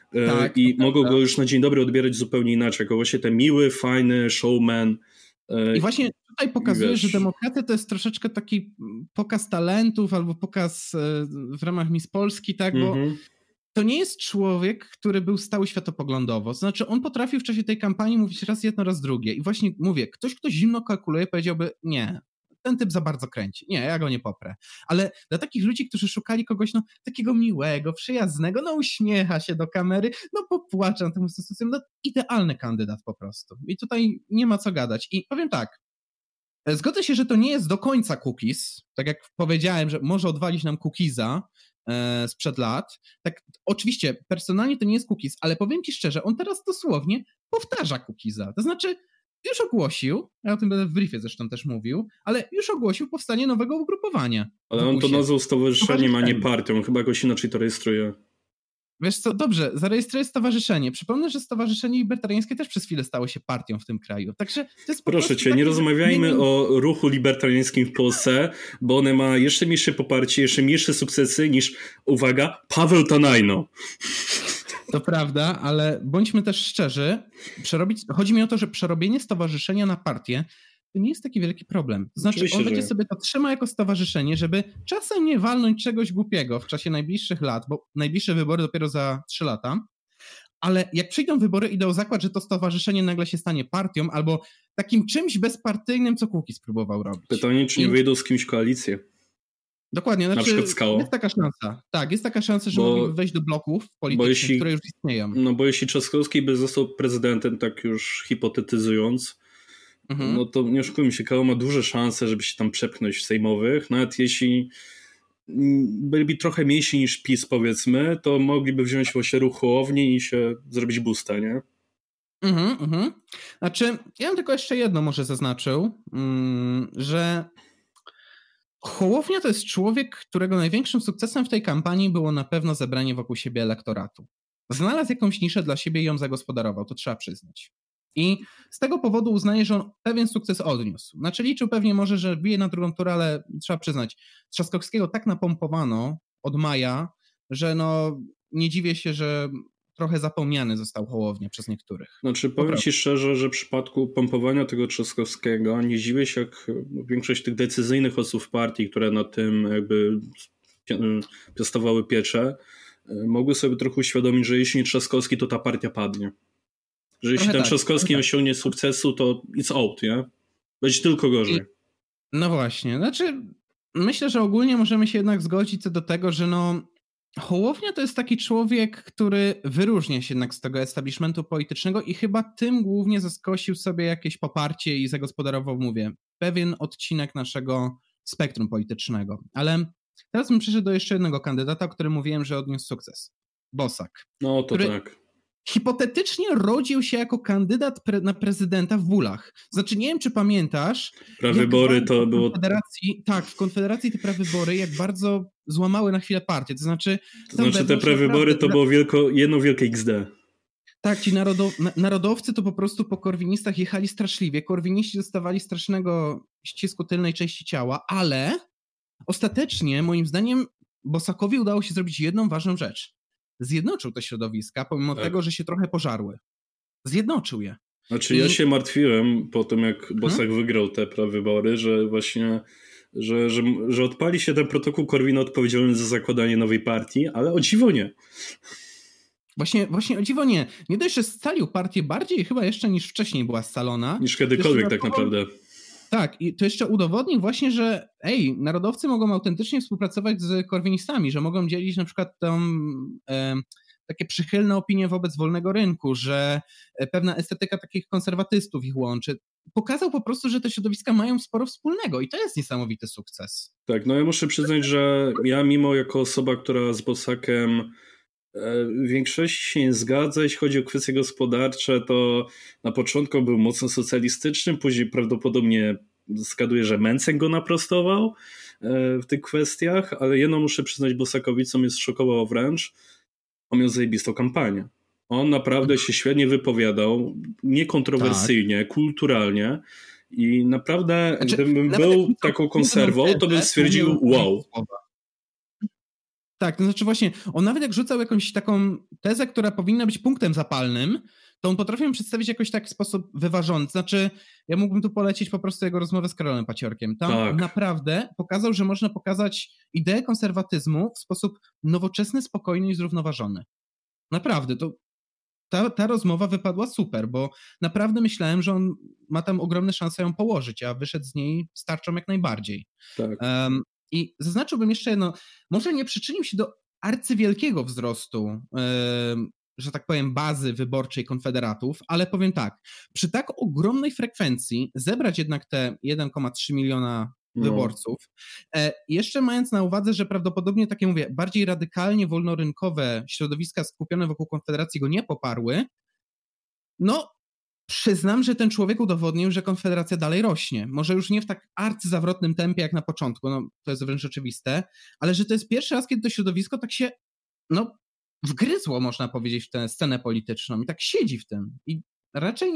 i mogą go już na dzień dobry odbierać zupełnie inaczej, jako właśnie ten miły, fajny showman. I właśnie tutaj pokazuje, że demokracja to jest troszeczkę taki pokaz talentów albo pokaz w ramach Miss Polski, tak, bo to nie jest człowiek, który był stały światopoglądowo. Znaczy on potrafił w czasie tej kampanii mówić raz jedno, raz drugie. I właśnie mówię, ktoś, kto zimno kalkuluje, powiedziałby nie, ten typ za bardzo kręci. Nie, ja go nie poprę. Ale dla takich ludzi, którzy szukali kogoś takiego miłego, przyjaznego, uśmiecha się do kamery, popłaczam tym instytucjom, idealny kandydat po prostu. I tutaj nie ma co gadać. I powiem tak, zgodzę się, że to nie jest do końca cookies, tak jak powiedziałem, że może odwalić nam cookiesa sprzed lat. Tak, oczywiście, personalnie to nie jest cookies, ale powiem ci szczerze, on teraz dosłownie powtarza cookiesa. To znaczy, już ogłosił, ja o tym będę w briefie zresztą też mówił, ale już ogłosił powstanie nowego ugrupowania. Ale on to nazwał stowarzyszeniem, a nie partią. Chyba jakoś inaczej to rejestruje. Wiesz co, dobrze, zarejestruję stowarzyszenie. Przypomnę, że Stowarzyszenie Libertariańskie też przez chwilę stało się partią w tym kraju. Także to jest Proszę cię, nie rozmawiajmy o ruchu libertariańskim w Polsce, bo one ma jeszcze mniejsze poparcie, jeszcze mniejsze sukcesy niż, uwaga, Paweł Tanajno. To prawda, ale bądźmy też szczerzy. Chodzi mi o to, że przerobienie stowarzyszenia na partię to nie jest taki wielki problem. To znaczy, on będzie sobie to trzymał jako stowarzyszenie, żeby czasem nie walnąć czegoś głupiego w czasie najbliższych lat, bo najbliższe wybory dopiero za 3 lata, ale jak przyjdą wybory, idę o zakład, że to stowarzyszenie nagle się stanie partią albo takim czymś bezpartyjnym, co Kukiz próbował robić. Pytanie, czy nie wyjdą z kimś koalicję? Dokładnie, na przykład Skało. Jest taka szansa. Tak, jest taka szansa, że mogliby wejść do bloków politycznych, które już istnieją. No bo jeśli Trzaskowski by został prezydentem, tak już hipotetyzując, no to nie oszukujmy się, Kało ma duże szanse, żeby się tam przepchnąć w sejmowych. Nawet jeśli byliby trochę mniejsi niż PiS, powiedzmy, to mogliby wziąć właśnie ruch Hołowni i się zrobić boosta, nie? Znaczy, ja bym tylko jeszcze jedno może zaznaczył, że Hołownia to jest człowiek, którego największym sukcesem w tej kampanii było na pewno zebranie wokół siebie elektoratu. Znalazł jakąś niszę dla siebie i ją zagospodarował, to trzeba przyznać. I z tego powodu uznaję, że on pewien sukces odniósł. Znaczy liczył pewnie może, że bije na drugą turę, ale trzeba przyznać, Trzaskowskiego tak napompowano od maja, że nie dziwię się, że trochę zapomniany został Hołownia przez niektórych. Znaczy powiem ci szczerze, że w przypadku pompowania tego Trzaskowskiego nie dziwię się, jak większość tych decyzyjnych osób w partii, które na tym jakby piastowały pieczę, mogły sobie trochę uświadomić, że jeśli nie Trzaskowski, to ta partia padnie. Że jeśli ten Trzaskowski nie osiągnie sukcesu, to it's out, nie? Będzie tylko gorzej. No właśnie, znaczy myślę, że ogólnie możemy się jednak zgodzić co do tego, że Hołownia to jest taki człowiek, który wyróżnia się jednak z tego establishmentu politycznego i chyba tym głównie zaskosił sobie jakieś poparcie i zagospodarował, mówię, pewien odcinek naszego spektrum politycznego. Ale teraz bym przeszedł do jeszcze jednego kandydata, o którym mówiłem, że odniósł sukces. Bosak. No to tak. Hipotetycznie rodził się jako kandydat na prezydenta w Bólach. Znaczy, nie wiem, czy pamiętasz. Prawybory to było... Tak, w Konfederacji te prawybory jak bardzo złamały na chwilę partię. To znaczy te prawybory to było jedno wielkie XD. Tak, ci narodowcy to po prostu po korwinistach jechali straszliwie. Korwiniści dostawali strasznego ścisku tylnej części ciała, ale ostatecznie, moim zdaniem, Bosakowi udało się zrobić jedną ważną rzecz. Zjednoczył te środowiska, pomimo tego, że się trochę pożarły. Zjednoczył je. Znaczy ja się martwiłem po tym, jak Bosak wygrał te prawybory, że właśnie, że odpali się ten protokół Korwina odpowiedzialny za zakładanie nowej partii, ale o dziwo nie. Właśnie o dziwo nie. Nie dość, że scalił partię bardziej chyba jeszcze niż wcześniej była scalona. Niż kiedykolwiek tak naprawdę. Tak, i to jeszcze udowodnił właśnie, że narodowcy mogą autentycznie współpracować z korwinistami, że mogą dzielić na przykład takie przychylne opinie wobec wolnego rynku, że pewna estetyka takich konserwatystów ich łączy. Pokazał po prostu, że te środowiska mają sporo wspólnego i to jest niesamowity sukces. Tak, no ja muszę przyznać, że ja mimo jako osoba, która z Bosakiem w większości się nie zgadza, jeśli chodzi o kwestie gospodarcze, to na początku był mocno socjalistyczny, później prawdopodobnie zgaduję, że Mencen go naprostował w tych kwestiach, ale jedno muszę przyznać Bosakowi, co mnie zszokowało wręcz, on miał zajebistą kampanię. On naprawdę się świetnie wypowiadał, niekontrowersyjnie, kulturalnie i naprawdę, gdybym był taką konserwą, to bym stwierdził wow. Tak, to znaczy właśnie, on nawet jak rzucał jakąś taką tezę, która powinna być punktem zapalnym, to on potrafił ją przedstawić jakoś taki sposób wyważony. Znaczy, ja mógłbym tu polecić po prostu jego rozmowę z Karolem Paciorkiem. Tam naprawdę pokazał, że można pokazać ideę konserwatyzmu w sposób nowoczesny, spokojny i zrównoważony. Naprawdę, to ta rozmowa wypadła super, bo naprawdę myślałem, że on ma tam ogromne szanse ją położyć, a wyszedł z niej z tarczą jak najbardziej. Tak. I zaznaczyłbym jeszcze jedno, może nie przyczynił się do arcywielkiego wzrostu, że tak powiem, bazy wyborczej konfederatów, ale powiem tak, przy tak ogromnej frekwencji zebrać jednak te 1,3 miliona wyborców, jeszcze mając na uwadze, że prawdopodobnie takie, mówię, bardziej radykalnie wolnorynkowe środowiska skupione wokół Konfederacji go nie poparły, no przyznam, że ten człowiek udowodnił, że Konfederacja dalej rośnie. Może już nie w tak arcyzawrotnym tempie jak na początku, no to jest wręcz oczywiste, ale że to jest pierwszy raz, kiedy to środowisko tak się, wgryzło, można powiedzieć, w tę scenę polityczną i tak siedzi w tym. I raczej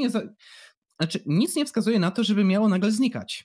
nic nie wskazuje na to, żeby miało nagle znikać.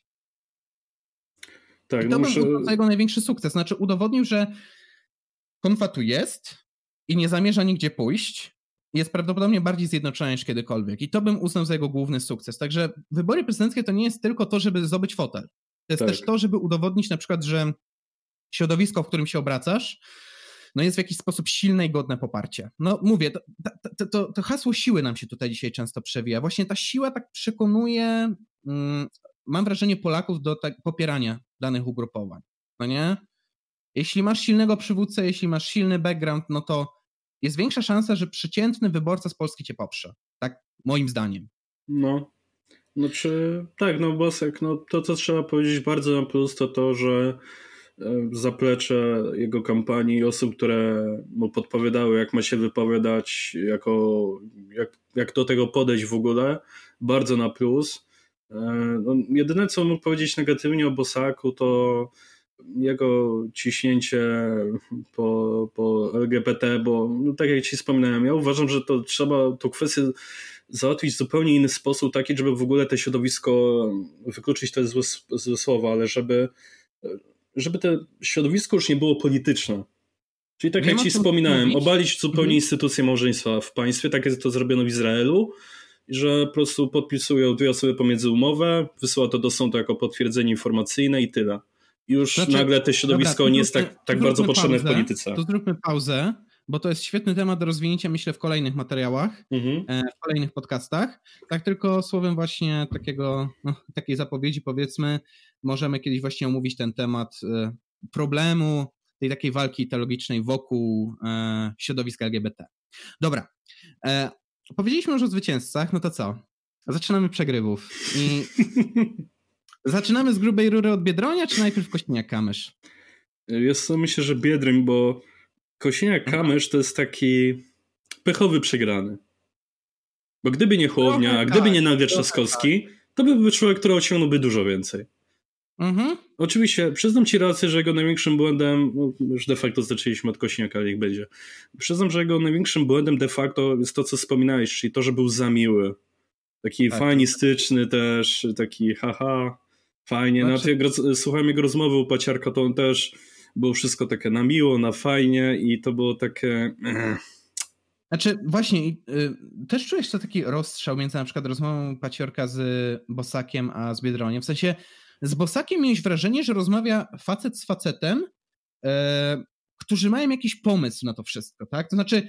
Tak, I to był jego największy sukces. Znaczy udowodnił, że Konfa tu jest i nie zamierza nigdzie pójść. Jest prawdopodobnie bardziej zjednoczona niż kiedykolwiek. I to bym uznał za jego główny sukces. Także wybory prezydenckie to nie jest tylko to, żeby zdobyć fotel. To jest też to, żeby udowodnić na przykład, że środowisko, w którym się obracasz, jest w jakiś sposób silne i godne poparcie. No mówię, to hasło siły nam się tutaj dzisiaj często przewija. Właśnie ta siła tak przekonuje, mam wrażenie, Polaków do popierania danych ugrupowań. No nie? Jeśli masz silnego przywódcę, jeśli masz silny background, no to jest większa szansa, że przeciętny wyborca z Polski cię poprze. Tak moim zdaniem. Bosak, to co trzeba powiedzieć bardzo na plus, to że zaplecze jego kampanii i osób, które mu podpowiadały, jak ma się wypowiadać, jak do tego podejść w ogóle, bardzo na plus. Jedyne, co mógł powiedzieć negatywnie o Bosaku, to jego ciśnięcie po LGBT, bo tak jak ci wspominałem, ja uważam, że to trzeba tą kwestię załatwić w zupełnie inny sposób, taki, żeby w ogóle to środowisko wykluczyć, to jest złe słowo, ale żeby to środowisko już nie było polityczne. Czyli tak jak ci wspominałem, obalić zupełnie instytucję małżeństwa w państwie, tak jak to zrobiono w Izraelu, że po prostu podpisują dwie osoby pomiędzy umowę, wysyła to do sądu jako potwierdzenie informacyjne i tyle. Już nagle to środowisko nie jest tak bardzo potrzebne w polityce. To zróbmy pauzę, bo to jest świetny temat do rozwinięcia, myślę, w kolejnych materiałach, w kolejnych podcastach. Tak tylko słowem właśnie takiej zapowiedzi, powiedzmy, możemy kiedyś właśnie omówić ten temat problemu, tej takiej walki teologicznej wokół środowiska LGBT. Dobra, powiedzieliśmy już o zwycięzcach, no to co? Zaczynamy przegrywów. I zaczynamy z grubej rury od Biedronia, czy najpierw Kośniak-Kamysz? Myślę, że Biedroń, bo Kośniak-Kamysz to jest taki pechowy przegrany. Bo gdyby nie Hołownia, a gdyby nie nagle Trzaskowski, to by był człowiek, który osiągnąłby dużo więcej. Oczywiście, przyznam ci rację, że jego największym błędem, już de facto zaczęliśmy od Kośniaka, ale niech będzie. Przyznam, że jego największym błędem de facto jest to, co wspominałeś, czyli to, że był za miły. Taki fajnistyczny też, taki fajnie. Znaczy... słuchałem jego rozmowy u Paciarka, to on też było wszystko takie na miło, na fajnie i to było takie... Znaczy właśnie, też czujesz to taki rozstrzał między na przykład rozmową Paciorka z Bosakiem, a z Biedroniem. W sensie z Bosakiem miałeś wrażenie, że rozmawia facet z facetem, którzy mają jakiś pomysł na to wszystko, tak? To znaczy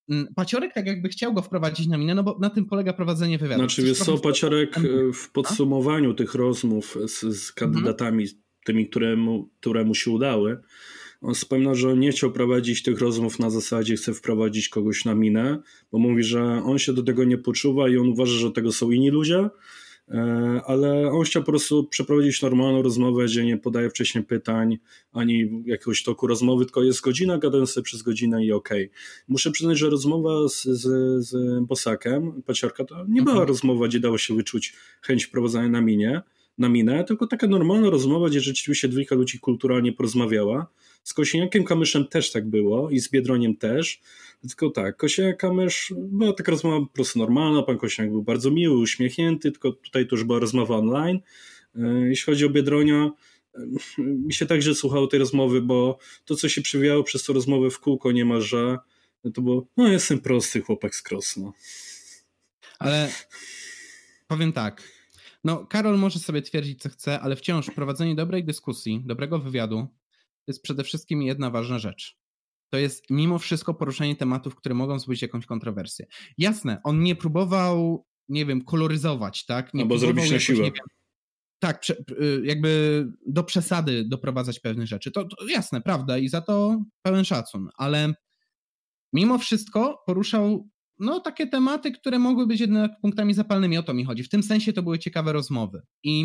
Paciorek tak jakby chciał go wprowadzić na minę, no bo na tym polega prowadzenie wywiadu. Znaczy wiesz co, Paciorek w podsumowaniu tych rozmów z kandydatami, tymi, które mu się udały, on wspomniał, że on nie chciał prowadzić tych rozmów na zasadzie chce wprowadzić kogoś na minę, bo mówi, że on się do tego nie poczuwa i on uważa, że tego są inni ludzie, ale on chciał po prostu przeprowadzić normalną rozmowę, gdzie nie podaje wcześniej pytań, ani jakiegoś toku rozmowy, tylko jest godzina, gadają sobie przez godzinę i okej. Muszę przyznać, że rozmowa z Bosakiem, Paciorka, to nie była rozmowa, gdzie dało się wyczuć chęć wprowadzania na minę, tylko taka normalna rozmowa, gdzie rzeczywiście dwójka ludzi kulturalnie porozmawiała. Z Kosiniakiem-Kamyszem też tak było i z Biedroniem też, tylko tak, Kosiniak-Kamysz była taka rozmowa po prostu normalna, pan Kosiniak był bardzo miły, uśmiechnięty, tylko tutaj to już była rozmowa online. Jeśli chodzi o Biedronia, mi się także słuchało tej rozmowy, bo to, co się przewijało przez tę rozmowę w kółko niemalże, to było, jestem prosty chłopak z Krosna. Ale powiem tak, Karol może sobie twierdzić, co chce, ale wciąż prowadzenie dobrej dyskusji, dobrego wywiadu to jest przede wszystkim jedna ważna rzecz. To jest mimo wszystko poruszenie tematów, które mogą wzbudzić jakąś kontrowersję. Jasne, on nie próbował, nie wiem, koloryzować, tak? Nie albo zrobić na siłę. Tak, jakby do przesady doprowadzać pewne rzeczy. To jasne, prawda i za to pełen szacun, ale mimo wszystko poruszał takie tematy, które mogły być jednak punktami zapalnymi, o to mi chodzi. W tym sensie to były ciekawe rozmowy. I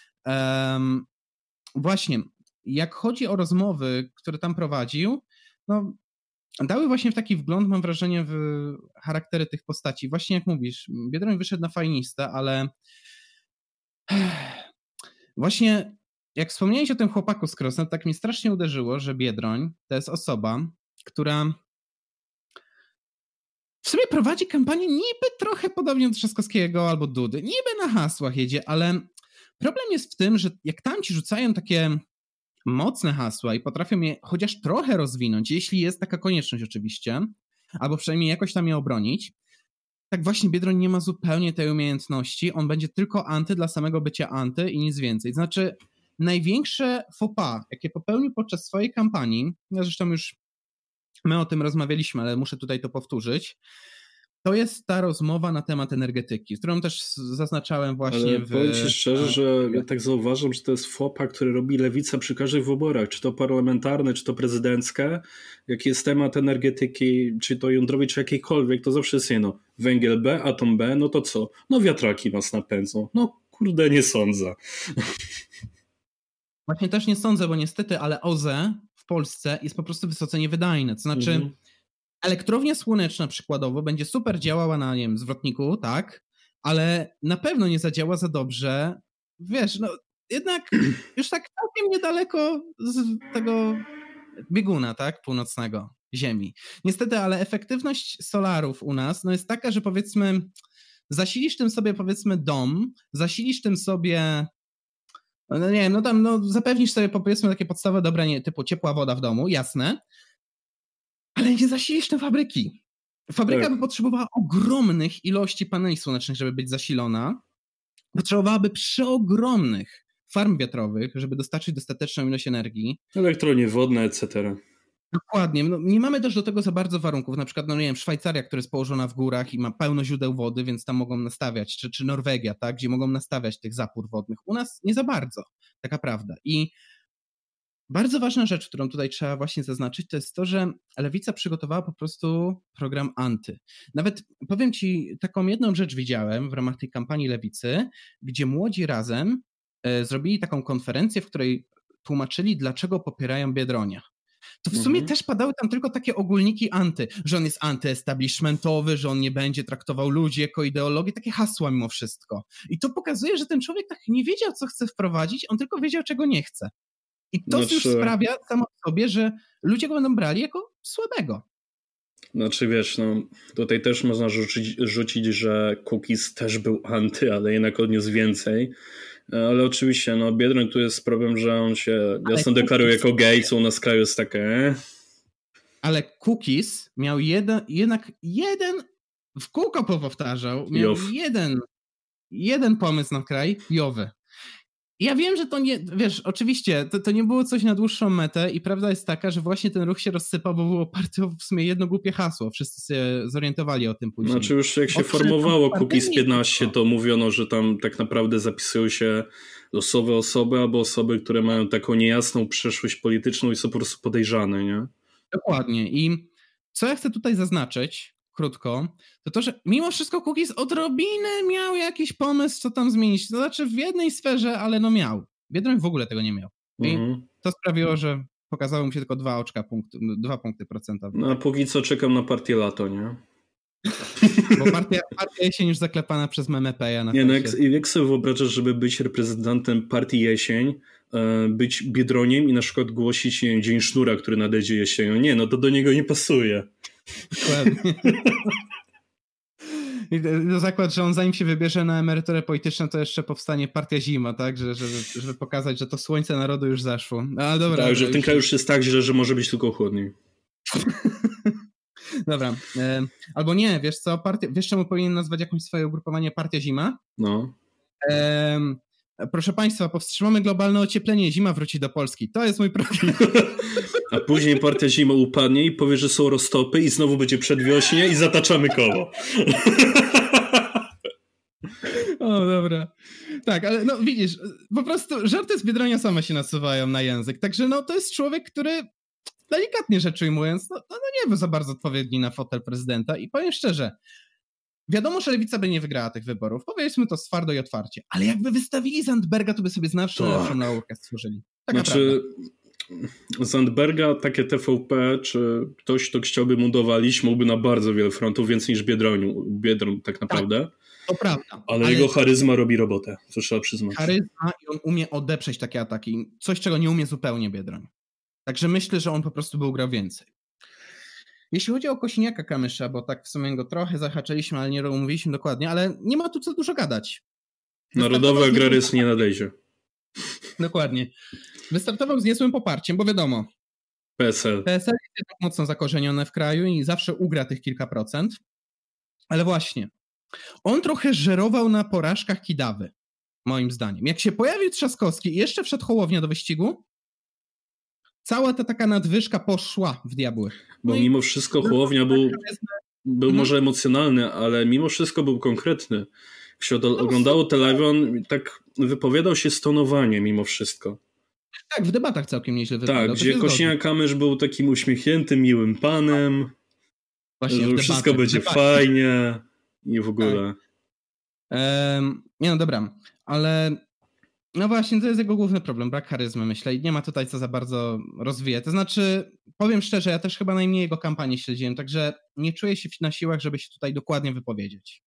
właśnie, jak chodzi o rozmowy, które tam prowadził, dały właśnie w taki wgląd, mam wrażenie, w charaktery tych postaci. Właśnie jak mówisz, Biedroń wyszedł na fajnistę, ale właśnie jak wspomniałeś o tym chłopaku z Krosna, tak mnie strasznie uderzyło, że Biedroń to jest osoba, która w sumie prowadzi kampanię niby trochę podobnie do Trzaskowskiego albo Dudy. Niby na hasłach jedzie, ale problem jest w tym, że jak tam ci rzucają takie mocne hasła i potrafią je chociaż trochę rozwinąć, jeśli jest taka konieczność oczywiście, albo przynajmniej jakoś tam je obronić, tak właśnie Biedroń nie ma zupełnie tej umiejętności, on będzie tylko anty dla samego bycia anty i nic więcej. Znaczy największe faux pas, jakie popełnił podczas swojej kampanii, zresztą już my o tym rozmawialiśmy, ale muszę tutaj to powtórzyć, to jest ta rozmowa na temat energetyki, którą też zaznaczałem właśnie powiem ci szczerze, że ja tak zauważam, że to jest faux pas, który robi lewica przy każdych wyborach, czy to parlamentarne, czy to prezydenckie. Jak jest temat energetyki, czy to jądrowej, czy jakiejkolwiek, to zawsze jest węgiel B, atom B, to co? Wiatraki nas napędzą. Kurde, nie sądzę. Właśnie też nie sądzę, bo niestety, ale OZE w Polsce jest po prostu wysoce niewydajne. To znaczy elektrownia słoneczna przykładowo będzie super działała na, zwrotniku, tak, ale na pewno nie zadziała za dobrze. Wiesz, jednak już tak całkiem niedaleko z tego bieguna, tak, północnego Ziemi. Niestety, ale efektywność solarów u nas jest taka, że powiedzmy zasilisz tym sobie powiedzmy dom, zasilisz tym sobie zapewnisz sobie powiedzmy takie podstawowe dobra, typu ciepła woda w domu, jasne, ale nie zasilisz tym fabryki. Fabryka by potrzebowała ogromnych ilości paneli słonecznych, żeby być zasilona. Potrzebowałaby przeogromnych farm wiatrowych, żeby dostarczyć dostateczną ilość energii. Elektrownie wodne, etc. Dokładnie. Nie mamy też do tego za bardzo warunków. Na przykład, Szwajcaria, która jest położona w górach i ma pełno źródeł wody, więc tam mogą nastawiać, czy Norwegia, tak, gdzie mogą nastawiać tych zapór wodnych. U nas nie za bardzo. Taka prawda. I bardzo ważna rzecz, którą tutaj trzeba właśnie zaznaczyć, to jest to, że Lewica przygotowała po prostu program anty. Nawet powiem ci, taką jedną rzecz widziałem w ramach tej kampanii Lewicy, gdzie młodzi razem zrobili taką konferencję, w której tłumaczyli, dlaczego popierają Biedronia. To w sumie też padały tam tylko takie ogólniki anty, że on jest antyestablishmentowy, że on nie będzie traktował ludzi jako ideologię, takie hasła mimo wszystko. I to pokazuje, że ten człowiek tak nie wiedział, co chce wprowadzić, on tylko wiedział, czego nie chce. I to już sprawia samo w sobie, że ludzie go będą brali jako słabego. Znaczy wiesz, tutaj też można rzucić, że Kukiz też był anty, ale jednak odniósł więcej. Ale oczywiście, Biedroń tu jest problem, że on się jasno deklaruje jako gej, co u nas w kraju jest takie. Ale Kukiz miał jeden w kółko powtarzał, miał jeden pomysł na kraj, jowy. Ja wiem, że to nie, wiesz, oczywiście, to nie było coś na dłuższą metę i prawda jest taka, że właśnie ten ruch się rozsypał, bo było oparty w sumie jedno głupie hasło. Wszyscy się zorientowali o tym później. Znaczy już jak się formowało Kukiz 15, to mówiono, że tam tak naprawdę zapisują się losowe osoby albo osoby, które mają taką niejasną przeszłość polityczną i są po prostu podejrzane, nie? Dokładnie. I co ja chcę tutaj zaznaczyć, krótko, to, że mimo wszystko Kukiz odrobinę miał jakiś pomysł, co tam zmienić. To znaczy w jednej sferze, ale no miał. Biedroń w ogóle tego nie miał. I to sprawiło, że pokazało mu się tylko 2 punkty procentowe. No a póki co czekam na partię lato, nie? Bo partia jesień już zaklepana przez Memepeja. Nie, no jak sobie wyobrażasz, żeby być reprezentantem partii jesień, być Biedroniem i na przykład głosić Dzień Sznura, który nadejdzie jesienią. Nie, no to do niego nie pasuje. Dokładnie. I zakład, że on zanim się wybierze na emeryturę polityczną, to jeszcze powstanie partia zima, tak? Żeby pokazać, że to słońce narodu już zaszło. A, dobra, tak, że w tym kraju już jest tak źle, że może być tylko chłodniej. Dobra. Albo nie, wiesz co? Wiesz czemu powinien nazwać jakąś swoje ugrupowanie Partia Zima? No. Proszę Państwa, powstrzymamy globalne ocieplenie, zima wróci do Polski. To jest mój program. A później Partia Zima upadnie i powie, że są roztopy i znowu będzie przedwiośnie i zataczamy koło. O, dobra. Tak, ale no widzisz, po prostu żarty z Biedronia same się nasuwają na język. Także no to jest człowiek, który delikatnie rzecz ujmując, no nie był za bardzo odpowiedni na fotel prezydenta i powiem szczerze, wiadomo, że Lewica by nie wygrała tych wyborów. Powiedzmy to twardo i otwarcie. Ale jakby wystawili Zandberga, to by sobie znacznie lepszą naukę stworzyli. Tak znaczy, Zandberga, takie TVP, czy ktoś, kto chciałby mu dowalić, mógłby na bardzo wiele frontów, więcej niż Biedroń tak naprawdę. Tak, to prawda. Ale jego charyzma robi robotę, co trzeba przyznać. Charyzma i on umie odeprzeć takie ataki. Coś, czego nie umie zupełnie Biedroń. Także myślę, że on po prostu by ugrał więcej. Jeśli chodzi o Kosiniaka-Kamysza, bo tak w sumie go trochę zahaczyliśmy, ale nie omówiliśmy dokładnie, ale nie ma tu co dużo gadać. Narodowy agraryzm nie nadejdzie. Dokładnie. Wystartował z niezłym poparciem, bo wiadomo, PSL jest tak mocno zakorzenione w kraju i zawsze ugra tych kilka procent. Ale właśnie, on trochę żerował na porażkach Kidawy, moim zdaniem. Jak się pojawił Trzaskowski i jeszcze wszedł Hołownia do wyścigu, cała ta taka nadwyżka poszła w diabły. Bo mimo wszystko Hołownia był może emocjonalny, ale mimo wszystko był konkretny. Jak się oglądało te live, on tak wypowiadał się stonowanie mimo wszystko. Tak, w debatach całkiem nieźle wypowiadał. Tak, gdzie Kosiniak-Kamysz był takim uśmiechniętym, miłym panem, właśnie, że wszystko będzie fajnie i w ogóle. Tak. Nie no dobra, ale no właśnie, to jest jego główny problem, brak charyzmy, myślę, i nie ma tutaj co za bardzo rozwijać. To znaczy, powiem szczerze, ja też chyba najmniej jego kampanię śledziłem, także nie czuję się na siłach, żeby się tutaj dokładnie wypowiedzieć.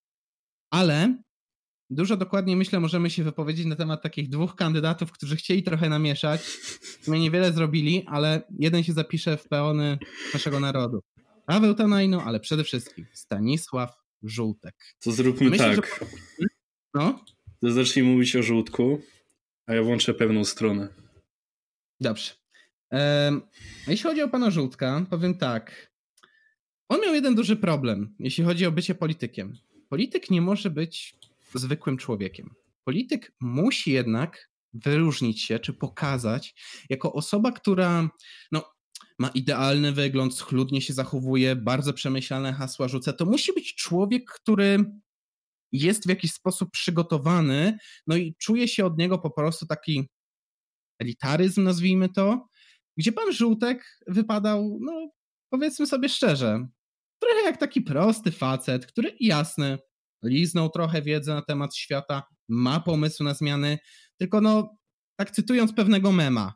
Ale dużo dokładniej, myślę, możemy się wypowiedzieć na temat takich dwóch kandydatów, którzy chcieli trochę namieszać. W sumie niewiele zrobili, ale jeden się zapisze w peony naszego narodu. Paweł Tanajno, ale przede wszystkim Stanisław Żółtek. To zróbmy tak. No? To zacznij mówić o Żółtku, a ja włączę pewną stronę. Dobrze. Jeśli chodzi o pana Żółtka, powiem tak. On miał jeden duży problem, jeśli chodzi o bycie politykiem. Polityk nie może być zwykłym człowiekiem. Polityk musi jednak wyróżnić się, czy pokazać jako osoba, która ma idealny wygląd, schludnie się zachowuje, bardzo przemyślane hasła rzuca. To musi być człowiek, który jest w jakiś sposób przygotowany, i czuje się od niego po prostu taki elitaryzm, nazwijmy to, gdzie pan Żółtek wypadał, powiedzmy sobie szczerze, trochę jak taki prosty facet, który jasne, liznął trochę wiedzy na temat świata, ma pomysł na zmiany, tylko tak cytując pewnego mema,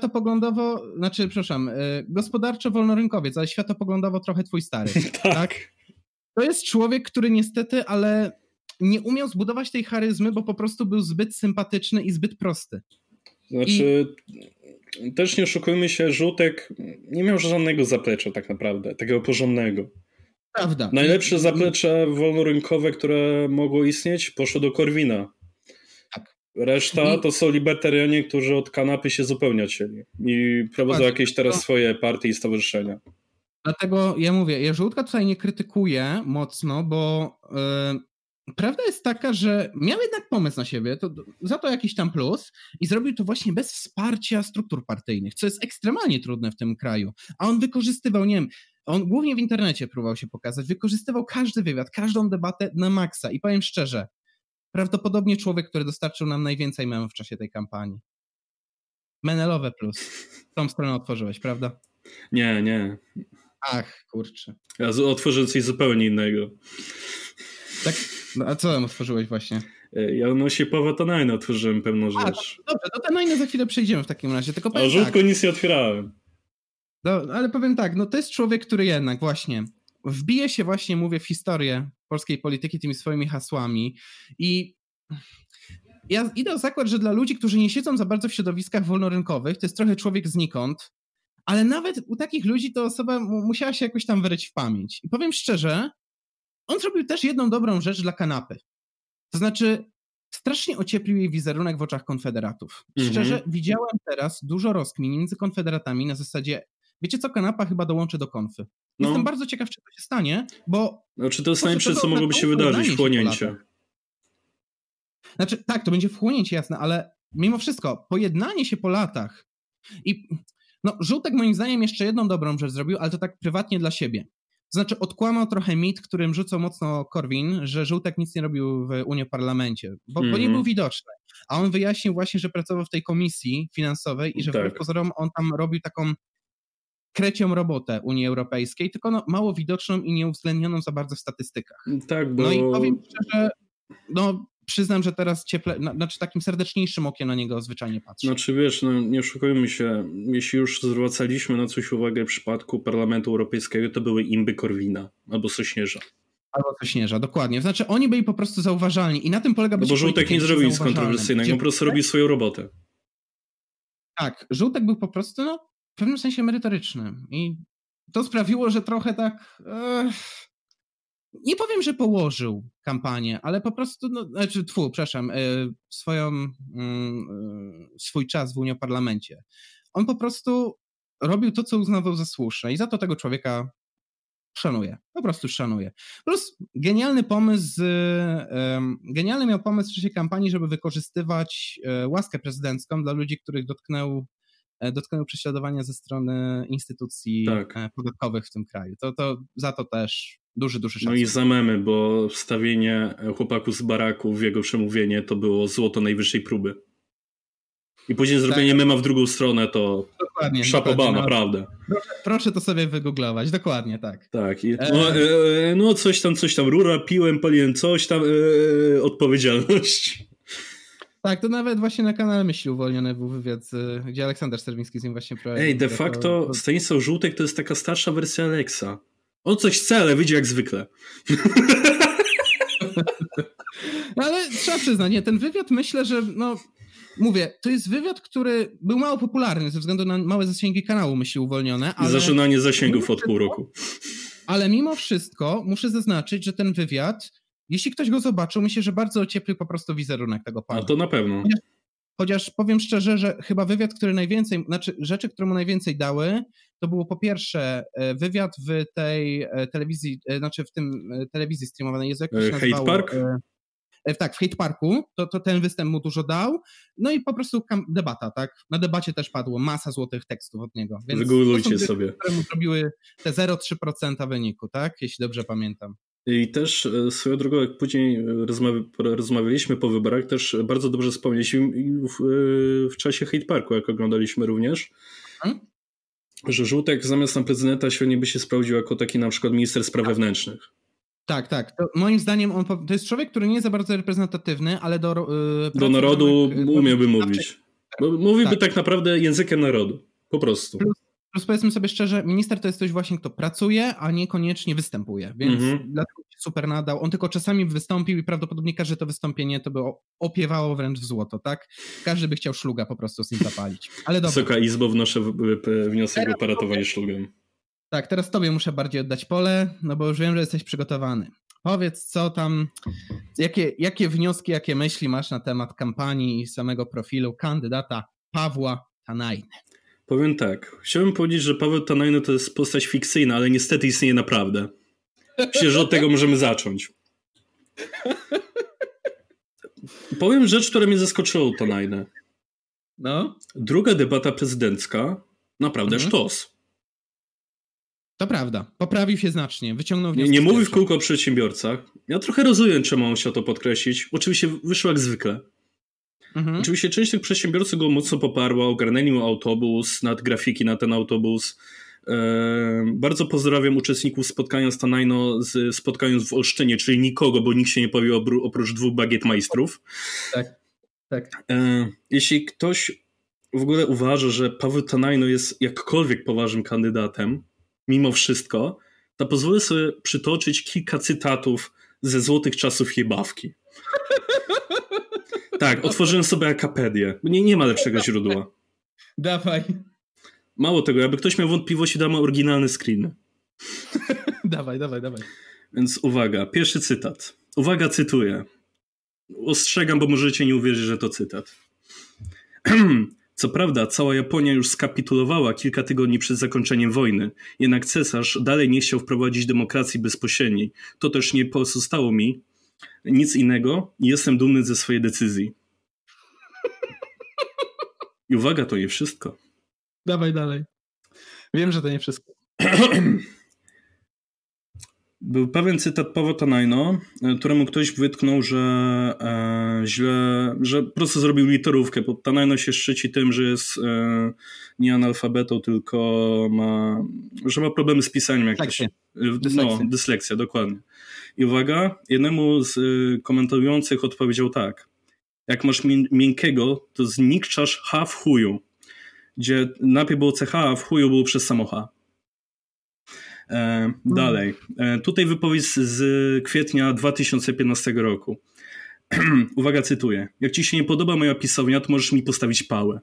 gospodarczo wolnorynkowiec, ale światopoglądowo trochę twój stary. Tak? To jest człowiek, który niestety, ale nie umiał zbudować tej charyzmy, bo po prostu był zbyt sympatyczny i zbyt prosty. Znaczy, też nie oszukujmy się, Żółtek nie miał żadnego zaplecza tak naprawdę, takiego porządnego. Prawda. Najlepsze zaplecze wolnorynkowe, które mogło istnieć, poszło do Korwina. Tak. Reszta to są libertarianie, którzy od kanapy się zupełnie odcięli i prowadzą jakieś teraz swoje partie i stowarzyszenia. Dlatego ja mówię, ja Żółtka tutaj nie krytykuję mocno, bo prawda jest taka, że miał jednak pomysł na siebie, za to jakiś tam plus i zrobił to właśnie bez wsparcia struktur partyjnych, co jest ekstremalnie trudne w tym kraju. A on wykorzystywał, nie wiem, on głównie w internecie próbował się pokazać, wykorzystywał każdy wywiad, każdą debatę na maksa i powiem szczerze, prawdopodobnie człowiek, który dostarczył nam najwięcej memów w czasie tej kampanii. Menelowe plus. Tą stronę otworzyłeś, prawda? Nie. Ach, kurczę. Ja otworzę coś zupełnie innego. Tak? No, a co tam otworzyłeś właśnie? Ja Pawła Tanajna otworzyłem pewną rzecz. Dobrze, do Tanajna za chwilę przejdziemy w takim razie. Tylko powiem żółtko nic nie otwierałem. Ale powiem tak, no to jest człowiek, który jednak właśnie wbije się właśnie, mówię, w historię polskiej polityki tymi swoimi hasłami i ja idę o zakład, że dla ludzi, którzy nie siedzą za bardzo w środowiskach wolnorynkowych, to jest trochę człowiek znikąd, ale nawet u takich ludzi to osoba musiała się jakoś tam wyryć w pamięć. I powiem szczerze, on zrobił też jedną dobrą rzecz dla kanapy. To znaczy strasznie ocieplił jej wizerunek w oczach konfederatów. Szczerze, widziałem teraz dużo rozkmin między konfederatami na zasadzie, wiecie co, kanapa chyba dołączy do konfy. Jestem bardzo ciekaw, czy to się stanie, bo... Znaczy to jest najlepsze, co mogłoby się wydarzyć, wchłonięcie. Znaczy tak, to będzie wchłonięcie, jasne, ale mimo wszystko, pojednanie się po latach i Żółtek moim zdaniem jeszcze jedną dobrą rzecz zrobił, ale to tak prywatnie dla siebie. To znaczy odkłamał trochę mit, którym rzucał mocno Korwin, że Żółtek nic nie robił w Unioparlamencie, bo nie był widoczny. A on wyjaśnił właśnie, że pracował w tej komisji finansowej i że wbrew pozorom on tam robił taką krecią robotę Unii Europejskiej, tylko mało widoczną i nieuwzględnioną za bardzo w statystykach. Tak, bo... No i powiem szczerze, przyznam, że teraz takim serdeczniejszym okiem na niego zwyczajnie patrzę. Znaczy wiesz, nie oszukujmy się, jeśli już zwracaliśmy na coś uwagę w przypadku Parlamentu Europejskiego, to były imby Korwina albo Sośnierza. Albo Sośnierza, dokładnie. Znaczy oni byli po prostu zauważalni i na tym polega bycie bo Żółtek nie zrobił nic kontrowersyjnego, on po prostu robił swoją robotę. Tak, Żółtek był po prostu w pewnym sensie merytoryczny i to sprawiło, że trochę tak... Nie powiem, że położył kampanię, ale po prostu, swój czas w Unioparlamencie. On po prostu robił to, co uznawał za słuszne i za to tego człowieka szanuję. Po prostu szanuję. Plus genialny miał pomysł w czasie kampanii, żeby wykorzystywać łaskę prezydencką dla ludzi, których dotknęły prześladowania ze strony instytucji podatkowych w tym kraju. To za to też duży szacunek. No i za memy, bo wstawienie chłopaków z baraku w jego przemówienie to było złoto najwyższej próby. I później zrobienie mema w drugą stronę to szapoba, naprawdę. Proszę to sobie wygooglować, dokładnie tak. Tak. Coś tam, rura, piłem, paliłem coś tam, odpowiedzialność. Tak, to nawet właśnie na kanale Myśli Uwolnione był wywiad, gdzie Aleksander Sterwiński z nim właśnie prowadził. De facto Stanisław Żółtek to jest taka starsza wersja Alexa. On coś chce, ale wyjdzie jak zwykle. Ale trzeba przyznać, ten wywiad myślę, że mówię, to jest wywiad, który był mało popularny ze względu na małe zasięgi kanału Myśli Uwolnione. I zażynanie zasięgów od pół roku. Ale mimo wszystko muszę zaznaczyć, że ten wywiad, jeśli ktoś go zobaczył, myślę, że bardzo ocieplił po prostu wizerunek tego pana. A to na pewno. Chociaż powiem szczerze, że chyba wywiad, który najwięcej, rzeczy, które mu najwięcej dały, to było po pierwsze wywiad w tej telewizji, w tym telewizji streamowanej. Jezu, jak to się nazywało? Hate Park? Tak, w Hate Parku, to ten występ mu dużo dał. No i po prostu debata, tak? Na debacie też padło masa złotych tekstów od niego. Więc wygooglujcie sobie. Które mu zrobiły te 0,3% wyniku, tak? Jeśli dobrze pamiętam. I też swoją drogą, jak później rozmawialiśmy po wyborach, też bardzo dobrze wspomnieliśmy w czasie Hate Parku, jak oglądaliśmy również, że Żółtek zamiast na prezydenta świetnie by się sprawdził jako taki na przykład minister spraw wewnętrznych. Tak. To moim zdaniem to jest człowiek, który nie jest za bardzo reprezentatywny, ale do narodu umiałby mówić. Bo mówiłby tak naprawdę językiem narodu. Po prostu. Plus powiedzmy sobie szczerze, minister to jest ktoś właśnie, kto pracuje, a niekoniecznie występuje, więc dlatego się super nadał. On tylko czasami wystąpił i prawdopodobnie każde to wystąpienie to by opiewało wręcz w złoto, tak? Każdy by chciał szluga po prostu z nim zapalić. Ale dobra. Wysoka Izbo, wnoszę wniosek o poratowanie szlugiem. Tak, teraz tobie muszę bardziej oddać pole, bo już wiem, że jesteś przygotowany. Powiedz, co tam, jakie wnioski, jakie myśli masz na temat kampanii i samego profilu kandydata Pawła Tanajny. Powiem tak, chciałbym powiedzieć, że Paweł Tanajny to jest postać fikcyjna, ale niestety istnieje naprawdę. Myślę, że od tego możemy zacząć. Powiem rzecz, która mnie zaskoczyła u Tonajne. No? Druga debata prezydencka naprawdę sztos. To prawda. Poprawił się znacznie. Wyciągnął wnioski. Nie mówi w kółko o przedsiębiorcach. Ja trochę rozumiem, czemu on chciał to podkreślić. Oczywiście wyszło jak zwykle. Oczywiście część tych przedsiębiorców go mocno poparła, ogarnęli mu autobus, nawet grafiki na ten autobus. Bardzo pozdrawiam uczestników spotkania z Tonajno z spotkania w Olsztynie, czyli nikogo, bo nikt się nie powie oprócz 2 bagietmajstrów. Tak. Jeśli ktoś w ogóle uważa, że Paweł Tonajno jest jakkolwiek poważnym kandydatem, mimo wszystko, to pozwolę sobie przytoczyć kilka cytatów ze złotych czasów jebawki. Tak, otworzyłem sobie Akapedię. Nie ma lepszego źródła. Dawaj. Mało tego, jakby ktoś miał wątpliwości, damy oryginalny screen. Dawaj. Więc uwaga, pierwszy cytat. Uwaga, cytuję. Ostrzegam, bo możecie nie uwierzyć, że to cytat. Co prawda, cała Japonia już skapitulowała kilka tygodni przed zakończeniem wojny, jednak cesarz dalej nie chciał wprowadzić demokracji bezpośredniej. To też nie pozostało mi nic innego i jestem dumny ze swojej decyzji. I uwaga, to nie wszystko. Dawaj dalej. Wiem, że to nie wszystko. Był pewien cytat Pawła Tonajno, któremu ktoś wytknął, że po prostu zrobił literówkę, bo Tonajno się szczyci tym, że jest nie analfabetą, tylko że ma problemy z pisaniem. Dysleksja, dokładnie. I uwaga, jednemu z komentujących odpowiedział tak. Jak masz miękkiego, to znikczasz H w chuju. Gdzie najpierw było CH, a w chuju było przez samo H. Dalej. Tutaj wypowiedź z kwietnia 2015 roku. Uwaga, cytuję. Jak ci się nie podoba moja pisownia, to możesz mi postawić pałę.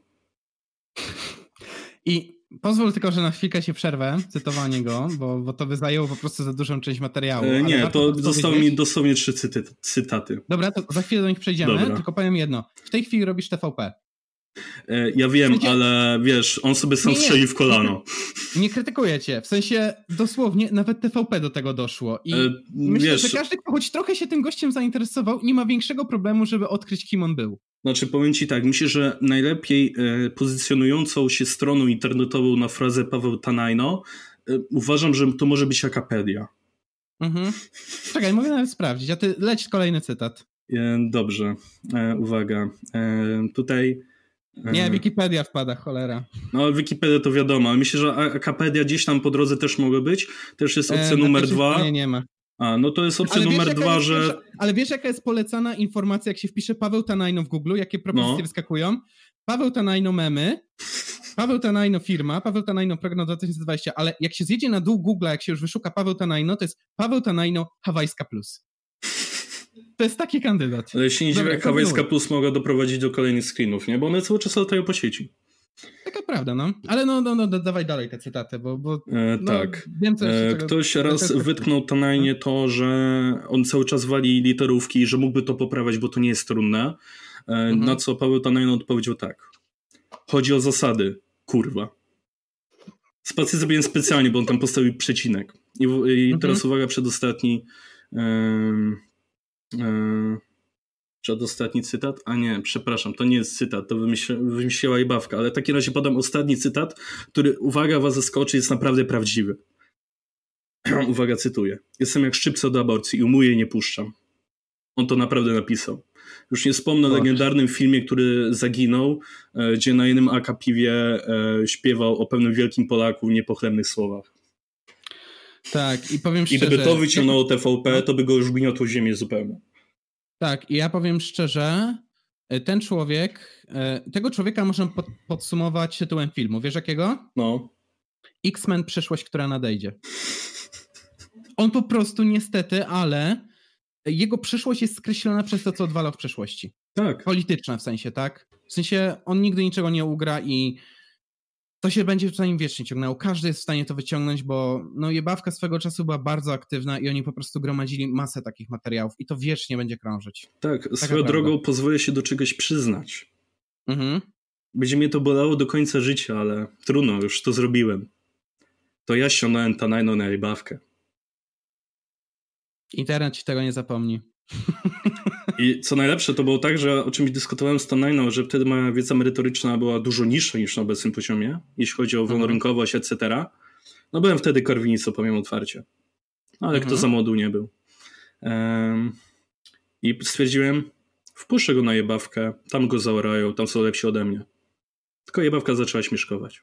I pozwól tylko, że na chwilkę się przerwę, cytowanie go, bo to by zajęło po prostu za dużą część materiału. Nie, to zostały mi dosłownie 3 cytaty. Dobra, to za chwilę do nich przejdziemy, tylko powiem jedno. W tej chwili robisz TVP. Ja wiem, ale wiesz, on sobie sam strzeli w kolano. Nie krytykuję cię, w sensie dosłownie nawet TVP do tego doszło i myślę, że każdy, kto choć trochę się tym gościem zainteresował, nie ma większego problemu, żeby odkryć, kim on był. Znaczy, powiem ci tak, myślę, że najlepiej pozycjonującą się stroną internetową na frazę Paweł Tonajno uważam, że to może być Akapedia. Czekaj, mogę nawet sprawdzić, a ty leć kolejny cytat. Dobrze, uwaga, tutaj... Nie, Wikipedia wpada, cholera. No, Wikipedia to wiadomo, ale myślę, że Akapedia gdzieś tam po drodze też mogło być. Też jest opcja numer 2. Nie ma. No to jest opcja numer 2, że... Ale wiesz, jaka jest polecana informacja, jak się wpisze Paweł Tonajno w Google, jakie propozycje wyskakują? Paweł Tonajno memy, Paweł Tonajno firma, Paweł Tonajno program 2020, ale jak się zjedzie na dół Google'a, jak się już wyszuka Paweł Tonajno, to jest Paweł Tonajno Hawajska Plus. To jest taki kandydat. Ale się nie dziwię, jak Hawajska Plus mogła doprowadzić do kolejnych screenów, nie? Bo one cały czas latają po sieci. Taka prawda, no. Ale dawaj dalej te cytaty, bo tak. Wiem, ktoś raz wytknął Tonajnie to, że on cały czas wali literówki, że mógłby to poprawiać, bo to nie jest trudne. Na co Paweł Tonajno odpowiedział tak. Chodzi o zasady. Kurwa. Spację zrobiłem specjalnie, bo on tam postawił przecinek. I teraz uwaga, przedostatni przedostatni cytat? A nie, przepraszam, to nie jest cytat, to wymyśliła jebawka, ale w takim razie podam ostatni cytat, który, uwaga, was zaskoczy, jest naprawdę prawdziwy. Uwaga, cytuję. Jestem jak szczypca do aborcji i umuję i nie puszczam. On to naprawdę napisał. Już nie wspomnę o legendarnym filmie, który zaginął, gdzie na jednym akapiwie śpiewał o pewnym wielkim Polaku w niepochlebnych słowach. Tak, i powiem szczerze... I gdyby to wyciągnęło TVP, to by go już gniotło ziemię zupełnie. Tak, i ja powiem szczerze, tego człowieka można podsumować tytułem filmu. Wiesz jakiego? No. X-Men przyszłość, która nadejdzie. On po prostu niestety, ale jego przyszłość jest skreślona przez to, co odwalał w przeszłości. Tak. Polityczna w sensie, tak? W sensie on nigdy niczego nie ugra i to się będzie za nim wiecznie ciągnęło. Każdy jest w stanie to wyciągnąć, bo jebawka swego czasu była bardzo aktywna i oni po prostu gromadzili masę takich materiałów i to wiecznie będzie krążyć. Tak, swoją drogą pozwolę się do czegoś przyznać. Będzie mnie to bolało do końca życia, ale trudno, już to zrobiłem. To ja ściągnąłem Tonajno na jebawkę. Internet ci tego nie zapomni. I co najlepsze, to było tak, że o czymś dyskutowałem z Tonajną, że wtedy moja wiedza merytoryczna była dużo niższa niż na obecnym poziomie, jeśli chodzi o wolnorynkowość, etc. No byłem wtedy korwinistą, powiem otwarcie. Ale kto za młodu nie był. I stwierdziłem, wpuszczę go na jebawkę, tam go zaorają, tam są lepsi ode mnie. Tylko jebawka zaczęła śmieszkować.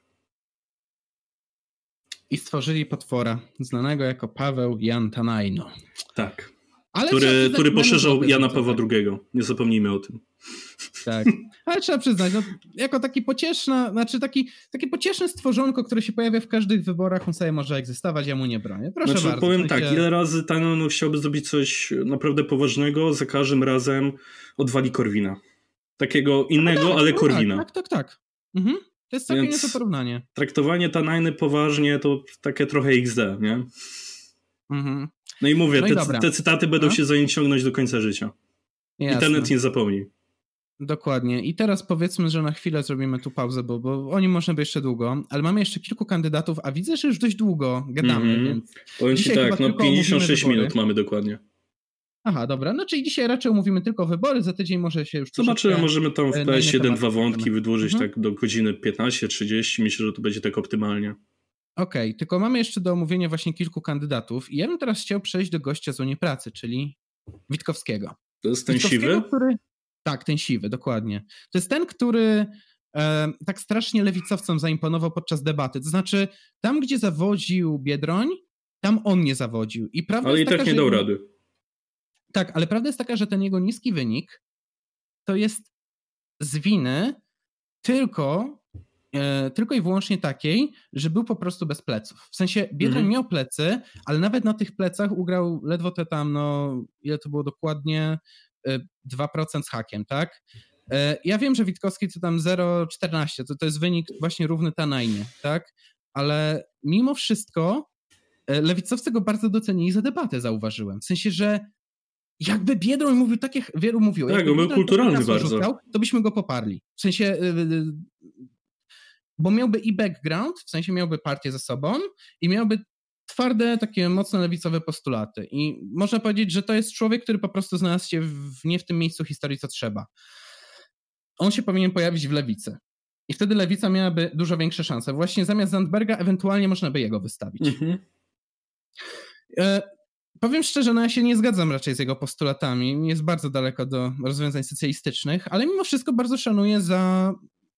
I stworzyli potwora, znanego jako Paweł Jan Tanajno. Tak. Który poszerzał Jana Pawła II. Nie zapomnijmy o tym. Tak. Ale trzeba przyznać, no, jako taki takie pocieszne stworzonko, które się pojawia w każdych wyborach, on sobie może egzystować, ja mu nie bronię. Proszę bardzo. Powiem tak, ile razy Tanajno chciałby zrobić coś naprawdę poważnego, za każdym razem odwali Korwina. Takiego innego, tak, ale Korwina. Tak. Mhm. To jest całkiem niezłe porównanie. Traktowanie Tanajny poważnie to takie trochę XD, nie? Mhm. No i mówię, te cytaty będą się za nim ciągnąć do końca życia. Jasne. Internet nie zapomni. Dokładnie. I teraz powiedzmy, że na chwilę zrobimy tu pauzę, bo o nim można by jeszcze długo, ale mamy jeszcze kilku kandydatów, a widzę, że już dość długo gadamy, więc... Powiem ci tak, 56 minut mamy dokładnie. Aha, dobra. No czyli dzisiaj raczej omówimy tylko wybory, za tydzień może się już... Zobaczymy, możemy tam wpaść 1-2 wątki wydłużyć tak do godziny 15-30. Myślę, że to będzie tak optymalnie. Okej, tylko mamy jeszcze do omówienia właśnie kilku kandydatów i ja bym teraz chciał przejść do gościa z Unii Pracy, czyli Witkowskiego. To jest ten siwy? Tak, ten siwy, dokładnie. To jest ten, który tak strasznie lewicowcom zaimponował podczas debaty. To znaczy, tam gdzie zawodził Biedroń, tam on nie zawodził. I prawda ale jest i tak nie dał rady. Tak, ale prawda jest taka, że ten jego niski wynik to jest z winy tylko i wyłącznie takiej, że był po prostu bez pleców. W sensie Biedroń miał plecy, ale nawet na tych plecach ugrał ledwo te tam, ile to było dokładnie, 2% z hakiem, tak? Ja wiem, że Witkowski to tam 0,14, to jest wynik właśnie równy Tanajnie, tak? Ale mimo wszystko lewicowcy go bardzo docenili za debatę, zauważyłem. W sensie, że jakby Biedroń mówił tak, jak wielu mówiło. Tak, on był kulturalny bardzo. Rzucał, to byśmy go poparli. W sensie, bo miałby i background, w sensie miałby partię ze sobą i miałby twarde, takie mocno lewicowe postulaty. I można powiedzieć, że to jest człowiek, który po prostu znalazł się nie w tym miejscu historii, co trzeba. On się powinien pojawić w lewicy. I wtedy lewica miałaby dużo większe szanse. Właśnie zamiast Zandberga ewentualnie można by jego wystawić. Powiem szczerze, ja się nie zgadzam raczej z jego postulatami. Jest bardzo daleko do rozwiązań socjalistycznych, ale mimo wszystko bardzo szanuję za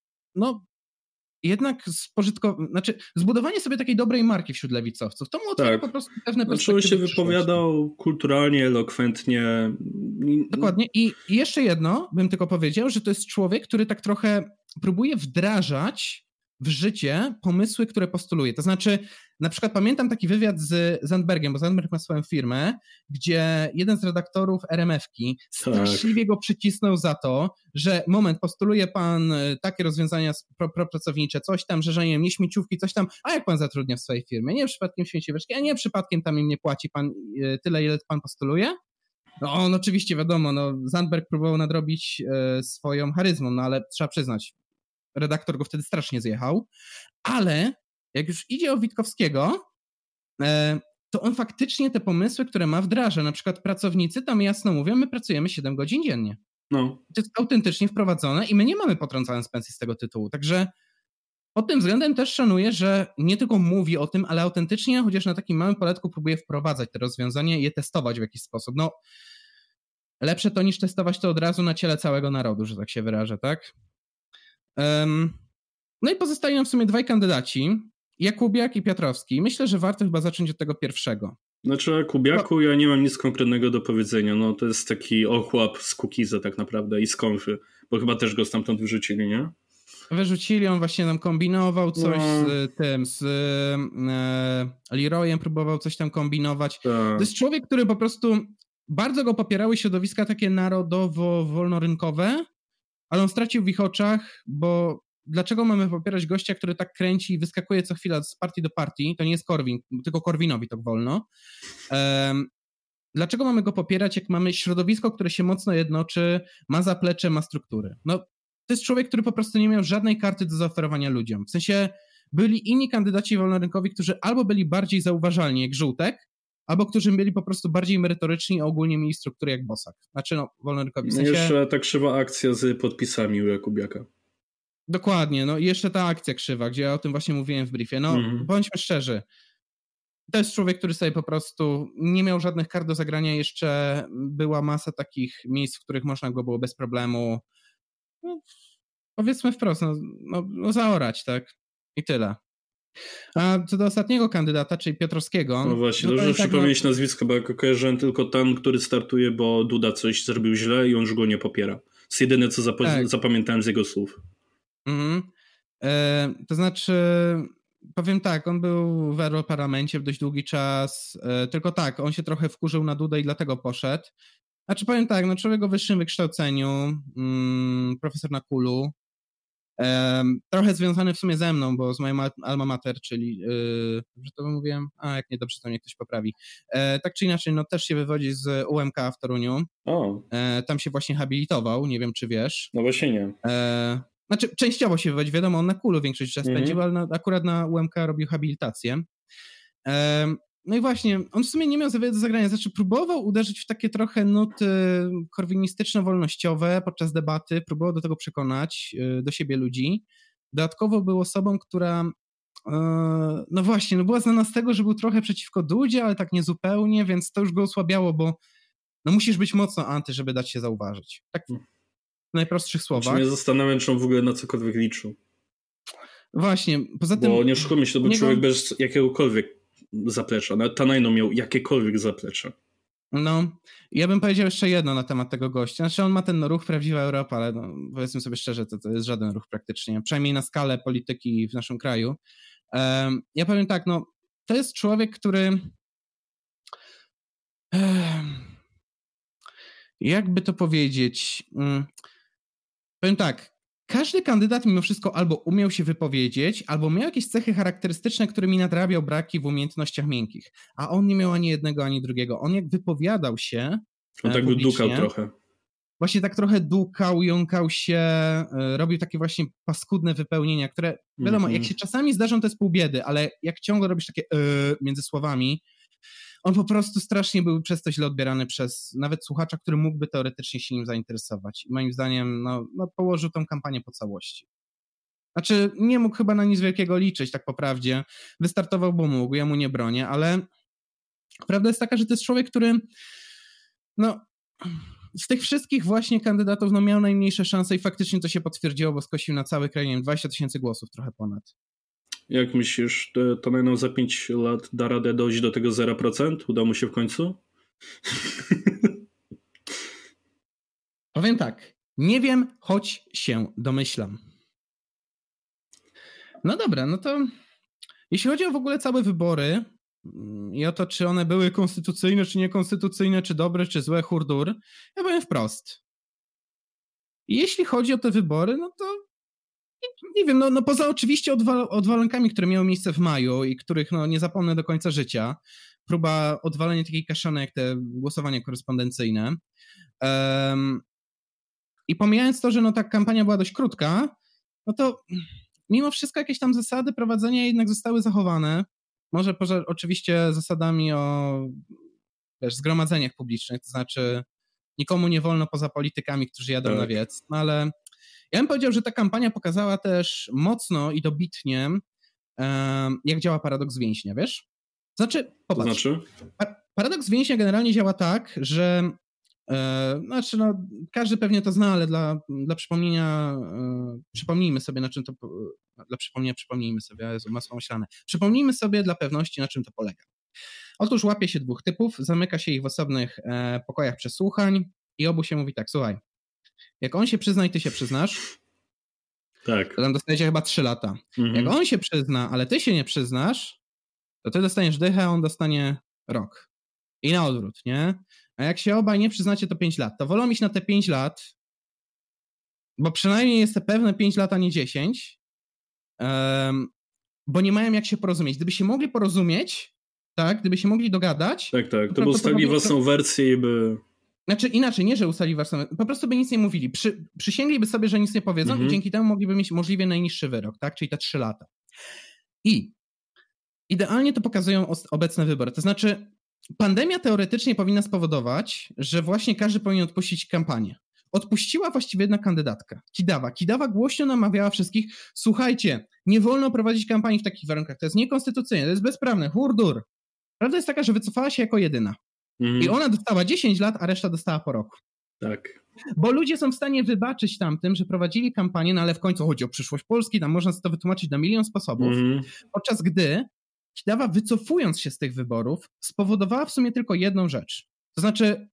jednak zbudowanie sobie takiej dobrej marki wśród lewicowców. To mu otwiera po prostu pewne perspektywy. On się wypowiadał kulturalnie, elokwentnie. Dokładnie. I jeszcze jedno bym tylko powiedział, że to jest człowiek, który tak trochę próbuje wdrażać w życie pomysły, które postuluje. To znaczy, na przykład pamiętam taki wywiad z Zandbergiem, bo Zandberg ma swoją firmę, gdzie jeden z redaktorów RMF-ki straszliwie go przycisnął za to, że postuluje pan takie rozwiązania propracownicze, coś tam, że nie śmieciówki, coś tam, a jak pan zatrudnia w swojej firmie? Nie przypadkiem śmiecióweczki, a nie przypadkiem tam im nie płaci pan tyle, ile pan postuluje? No on oczywiście, wiadomo, Zandberg próbował nadrobić swoją charyzmą, ale trzeba przyznać, redaktor go wtedy strasznie zjechał, ale jak już idzie o Witkowskiego, to on faktycznie te pomysły, które ma, wdraża. Na przykład pracownicy tam jasno mówią, my pracujemy 7 godzin dziennie. To jest autentycznie wprowadzone i my nie mamy potrącania z pensji z tego tytułu. Także pod tym względem też szanuję, że nie tylko mówi o tym, ale autentycznie, chociaż na takim małym poletku próbuje wprowadzać te rozwiązania i je testować w jakiś sposób. Lepsze to niż testować to od razu na ciele całego narodu, że tak się wyrażę, tak? No i pozostali nam w sumie dwaj kandydaci, Jakubiak i Piotrowski. Myślę, że warto chyba zacząć od tego pierwszego. Znaczy o Jakubiaku ja nie mam nic konkretnego do powiedzenia. To jest taki ochłap z Kukiza tak naprawdę i z Konfy, bo chyba też go stamtąd wyrzucili, nie? Wyrzucili, on właśnie nam kombinował coś z Leroyem, próbował coś tam kombinować. To jest człowiek, który po prostu bardzo go popierały środowiska takie narodowo-wolnorynkowe, ale on stracił w ich oczach, bo dlaczego mamy popierać gościa, który tak kręci i wyskakuje co chwila z partii do partii? To nie jest Korwin, tylko Korwinowi tak wolno. Dlaczego mamy go popierać, jak mamy środowisko, które się mocno jednoczy, ma zaplecze, ma struktury? To jest człowiek, który po prostu nie miał żadnej karty do zaoferowania ludziom. W sensie byli inni kandydaci wolnorynkowi, którzy albo byli bardziej zauważalni jak Żółtek, albo którzy byli po prostu bardziej merytoryczni, a ogólnie mieli strukturę jak Bosak. Znaczy, wolnorynkowi. W sensie... Jeszcze ta krzywa akcja z podpisami u Jakubiaka. Dokładnie, i jeszcze ta akcja krzywa, gdzie ja o tym właśnie mówiłem w briefie. Bądźmy szczerzy. To jest człowiek, który sobie po prostu nie miał żadnych kart do zagrania, jeszcze była masa takich miejsc, w których można go było bez problemu, powiedzmy wprost, zaorać, tak? I tyle. A co do ostatniego kandydata, czyli Piotrowskiego... No właśnie, dobrze przypomnieć nazwisko, bo ja kojarzyłem tylko ten, który startuje, bo Duda coś zrobił źle i on już go nie popiera. To jest jedyne, co zapamiętałem z jego słów. To znaczy... Powiem tak, on był w Europarlamencie w dość długi czas, tylko tak, on się trochę wkurzył na Dudę i dlatego poszedł. Znaczy powiem tak, człowiek o wyższym wykształceniu, profesor na KUL-u, trochę związany w sumie ze mną, bo z moją alma mater, czyli, że to mówiłem? Jak nie, dobrze, to mnie ktoś poprawi. Tak czy inaczej, też się wywodzi z UMK w Toruniu. Tam się właśnie habilitował, nie wiem czy wiesz. No właśnie nie. Znaczy, częściowo się wywodzi, wiadomo, on na KUL-u większość czasu spędził, ale akurat na UMK robił habilitację. No i właśnie, on w sumie nie miał za wiele do zagrania, znaczy próbował uderzyć w takie trochę nuty korwinistyczno-wolnościowe podczas debaty, próbował do tego przekonać do siebie ludzi. Dodatkowo był osobą, która była znana z tego, że był trochę przeciwko Dudzie, ale tak niezupełnie, więc to już go osłabiało, bo musisz być mocno anty, żeby dać się zauważyć. Tak w najprostszych słowach. Mnie zastanawiam, czy on w ogóle na cokolwiek liczył. Właśnie, poza tym... Bo nie oszukujmy się, to był człowiek bez jakiegokolwiek zaplecza. Nawet Tanajno miał jakiekolwiek zaplecze. Ja bym powiedział jeszcze jedno na temat tego gościa. Znaczy on ma ten ruch Prawdziwa Europa, ale powiedzmy sobie szczerze, to jest żaden ruch praktycznie. Przynajmniej na skalę polityki w naszym kraju. Ja powiem tak, to jest człowiek, który... Jakby to powiedzieć... Powiem tak, każdy kandydat mimo wszystko albo umiał się wypowiedzieć, albo miał jakieś cechy charakterystyczne, którymi nadrabiał braki w umiejętnościach miękkich. A on nie miał ani jednego, ani drugiego. On jak wypowiadał się on tak by dukał trochę. Właśnie tak trochę dukał, jąkał się, robił takie właśnie paskudne wypełnienia, które wiadomo, jak się czasami zdarzą, to jest pół biedy, ale jak ciągle robisz takie między słowami, on po prostu strasznie był przez to źle odbierany przez nawet słuchacza, który mógłby teoretycznie się nim zainteresować. I moim zdaniem położył tą kampanię po całości. Znaczy nie mógł chyba na nic wielkiego liczyć, tak po prawdzie. Wystartował, bo mógł, ja mu nie bronię, ale prawda jest taka, że to jest człowiek, który z tych wszystkich właśnie kandydatów miał najmniejsze szanse i faktycznie to się potwierdziło, bo skosił na cały kraj, 20 000 głosów, trochę ponad. Jak myślisz, to najmniej za 5 lat da radę dojść do tego 0%? Uda mu się w końcu? Powiem tak, nie wiem, choć się domyślam. No dobra, to jeśli chodzi o w ogóle całe wybory i o to, czy one były konstytucyjne, czy niekonstytucyjne, czy dobre, czy złe, hurdur, ja powiem wprost. Jeśli chodzi o te wybory, to nie wiem, poza oczywiście odwalankami, które miały miejsce w maju i których nie zapomnę do końca życia, próba odwalenia takiej kaszany jak te głosowania korespondencyjne. I pomijając to, że ta kampania była dość krótka, to mimo wszystko jakieś tam zasady prowadzenia jednak zostały zachowane. Może poza oczywiście zasadami o zgromadzeniach publicznych, to znaczy nikomu nie wolno poza politykami, którzy jadą na wiec, ale ja bym powiedział, że ta kampania pokazała też mocno i dobitnie, jak działa paradoks więźnia, wiesz? Popatrz. Paradoks więźnia generalnie działa tak, że każdy pewnie to zna, ale dla przypomnienia przypomnijmy sobie, na czym to przypomnijmy sobie, Jezu, masło myślane. Przypomnijmy sobie dla pewności, na czym to polega. Otóż łapie się dwóch typów, zamyka się ich w osobnych pokojach przesłuchań i obu się mówi tak, słuchaj, jak on się przyzna i ty się przyznasz, to tam dostajecie chyba 3 lata. Jak on się przyzna, ale ty się nie przyznasz, to ty dostaniesz dychę, a on dostanie rok. I na odwrót, nie? A jak się obaj nie przyznacie, to 5 lat. To wolą iść na te 5 lat, bo przynajmniej jest to pewne 5 lat, a nie 10, bo nie mają jak się porozumieć. Gdyby się mogli porozumieć, tak, gdyby się mogli dogadać... Tak, to by ustali własną wersję i by... Znaczy inaczej, nie, że ustali własną, po prostu by nic nie mówili. Przysięgliby sobie, że nic nie powiedzą i dzięki temu mogliby mieć możliwie najniższy wyrok, tak, czyli te 3 lata. I idealnie to pokazują obecne wybory. To znaczy pandemia teoretycznie powinna spowodować, że właśnie każdy powinien odpuścić kampanię. Odpuściła właściwie jedna kandydatka, Kidawa. Kidawa głośno namawiała wszystkich, słuchajcie, nie wolno prowadzić kampanii w takich warunkach, to jest niekonstytucyjne, to jest bezprawne, hurdur. Prawda jest taka, że wycofała się jako jedyna. I ona dostała 10 lat, a reszta dostała po roku. Tak. Bo ludzie są w stanie wybaczyć tamtym, że prowadzili kampanię, no ale w końcu chodzi o przyszłość Polski, tam można sobie to wytłumaczyć na milion sposobów, podczas gdy Kidawa, wycofując się z tych wyborów, spowodowała w sumie tylko jedną rzecz. To znaczy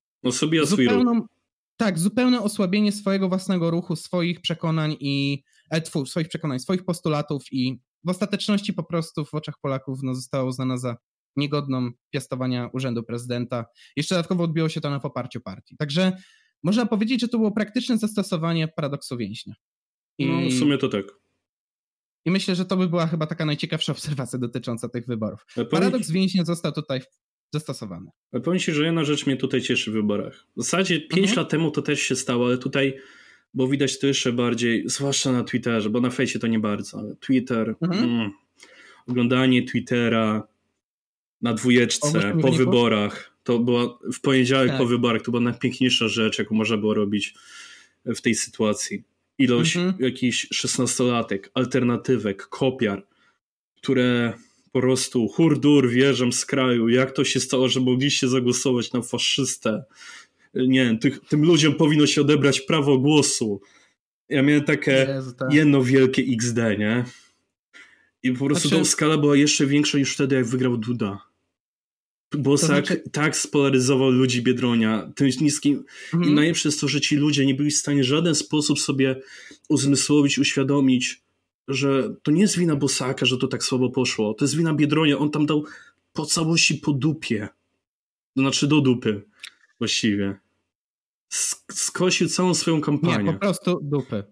zupełne osłabienie swojego własnego ruchu, swoich przekonań swoich postulatów i w ostateczności po prostu w oczach Polaków została uznana za niegodną piastowania urzędu prezydenta. Jeszcze dodatkowo odbiło się to na poparciu partii. Także można powiedzieć, że to było praktyczne zastosowanie paradoksu więźnia. No w sumie to tak. I myślę, że to by była chyba taka najciekawsza obserwacja dotycząca tych wyborów. Paradoks więźnia został tutaj zastosowany. Ale powiem ci, że jedna rzecz mnie tutaj cieszy w wyborach. W zasadzie 5 lat temu to też się stało, ale tutaj, bo widać to jeszcze bardziej, zwłaszcza na Twitterze, bo na fejsie to nie bardzo, ale Twitter, oglądanie Twittera na 2 po wyborach, to była w poniedziałek po wyborach, to była najpiękniejsza rzecz, jaką można było robić w tej sytuacji. Ilość jakichś 16-latek, alternatywek, kopiar, które po prostu hurdur, wjeżdżam z kraju, jak to się stało, że mogliście zagłosować na faszystę. Nie wiem, tym ludziom powinno się odebrać prawo głosu. Ja miałem takie jedno wielkie XD, nie? I po prostu ta skala była jeszcze większa niż wtedy, jak wygrał Duda. Bosak tak spolaryzował ludzi Biedronia tym niskim. I najlepsze jest to, że ci ludzie nie byli w stanie w żaden sposób sobie uzmysłowić, uświadomić, że to nie jest wina Bosaka, że to tak słabo poszło. To jest wina Biedronia. On tam dał po całości po dupie. To znaczy do dupy właściwie. Skosił całą swoją kampanię. Nie, po prostu dupy.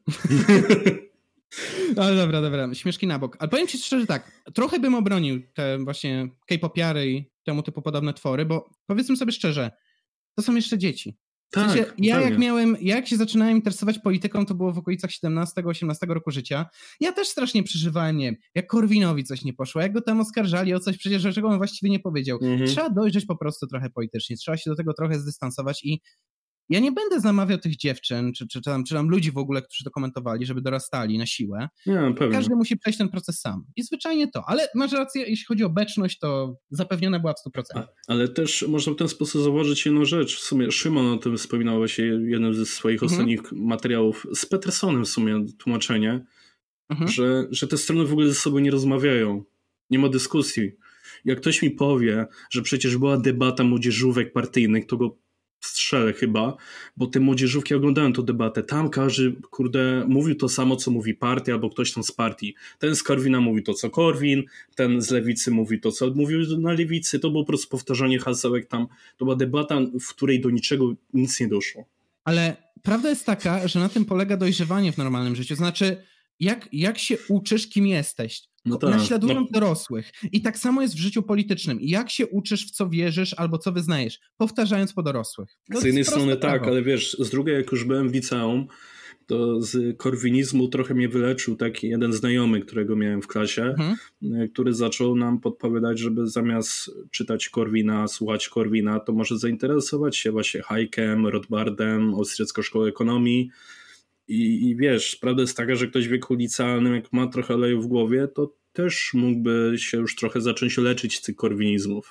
Ale dobra, śmieszki na bok. Ale powiem ci szczerze tak, trochę bym obronił te właśnie K-popiary i temu typu podobne twory, bo powiedzmy sobie szczerze, to są jeszcze dzieci. Tak, w sensie, jak się zaczynałem interesować polityką, to było w okolicach 17-18 roku życia. Ja też strasznie przeżywałem, nie wiem, jak Korwinowi coś nie poszło, jak go tam oskarżali o coś przecież, czego on właściwie nie powiedział. Trzeba dojrzeć po prostu trochę politycznie, trzeba się do tego trochę zdystansować i ja nie będę namawiał tych dziewczyn, czy tam ludzi w ogóle, którzy to komentowali, żeby dorastali na siłę. Nie, każdy musi przejść ten proces sam. I zwyczajnie to. Ale masz rację, jeśli chodzi o beczność, to zapewniona była w 100%. Ale też można w ten sposób zauważyć jedną rzecz. W sumie Szymon o tym wspominał właśnie jednym ze swoich ostatnich materiałów z Petersonem w sumie tłumaczenie, że te strony w ogóle ze sobą nie rozmawiają. Nie ma dyskusji. Jak ktoś mi powie, że przecież była debata młodzieżówek partyjnych, to go strzelę chyba, bo te młodzieżówki oglądają tę debatę. Tam każdy, mówił to samo, co mówi partia albo ktoś tam z partii. Ten z Korwina mówi to, co Korwin, ten z lewicy mówi to, co mówił na lewicy. To było po prostu powtarzanie hasełek tam. To była debata, w której do niczego nic nie doszło. Ale prawda jest taka, że na tym polega dojrzewanie w normalnym życiu. Znaczy, jak się uczysz, kim jesteś? Naśladując dorosłych. I tak samo jest w życiu politycznym. Jak się uczysz, w co wierzysz albo co wyznajesz? Powtarzając po dorosłych. Z jednej strony tak, ale wiesz, z drugiej, jak już byłem w liceum, to z korwinizmu trochę mnie wyleczył taki jeden znajomy, którego miałem w klasie, który zaczął nam podpowiadać, żeby zamiast czytać Korwina, słuchać Korwina, to może zainteresować się właśnie Haykiem, Rothbardem, Austriacką Szkołą Ekonomii. I wiesz, prawda jest taka, że ktoś w wieku licealnym, jak ma trochę oleju w głowie, to też mógłby się już trochę zacząć leczyć z tych korwinizmów.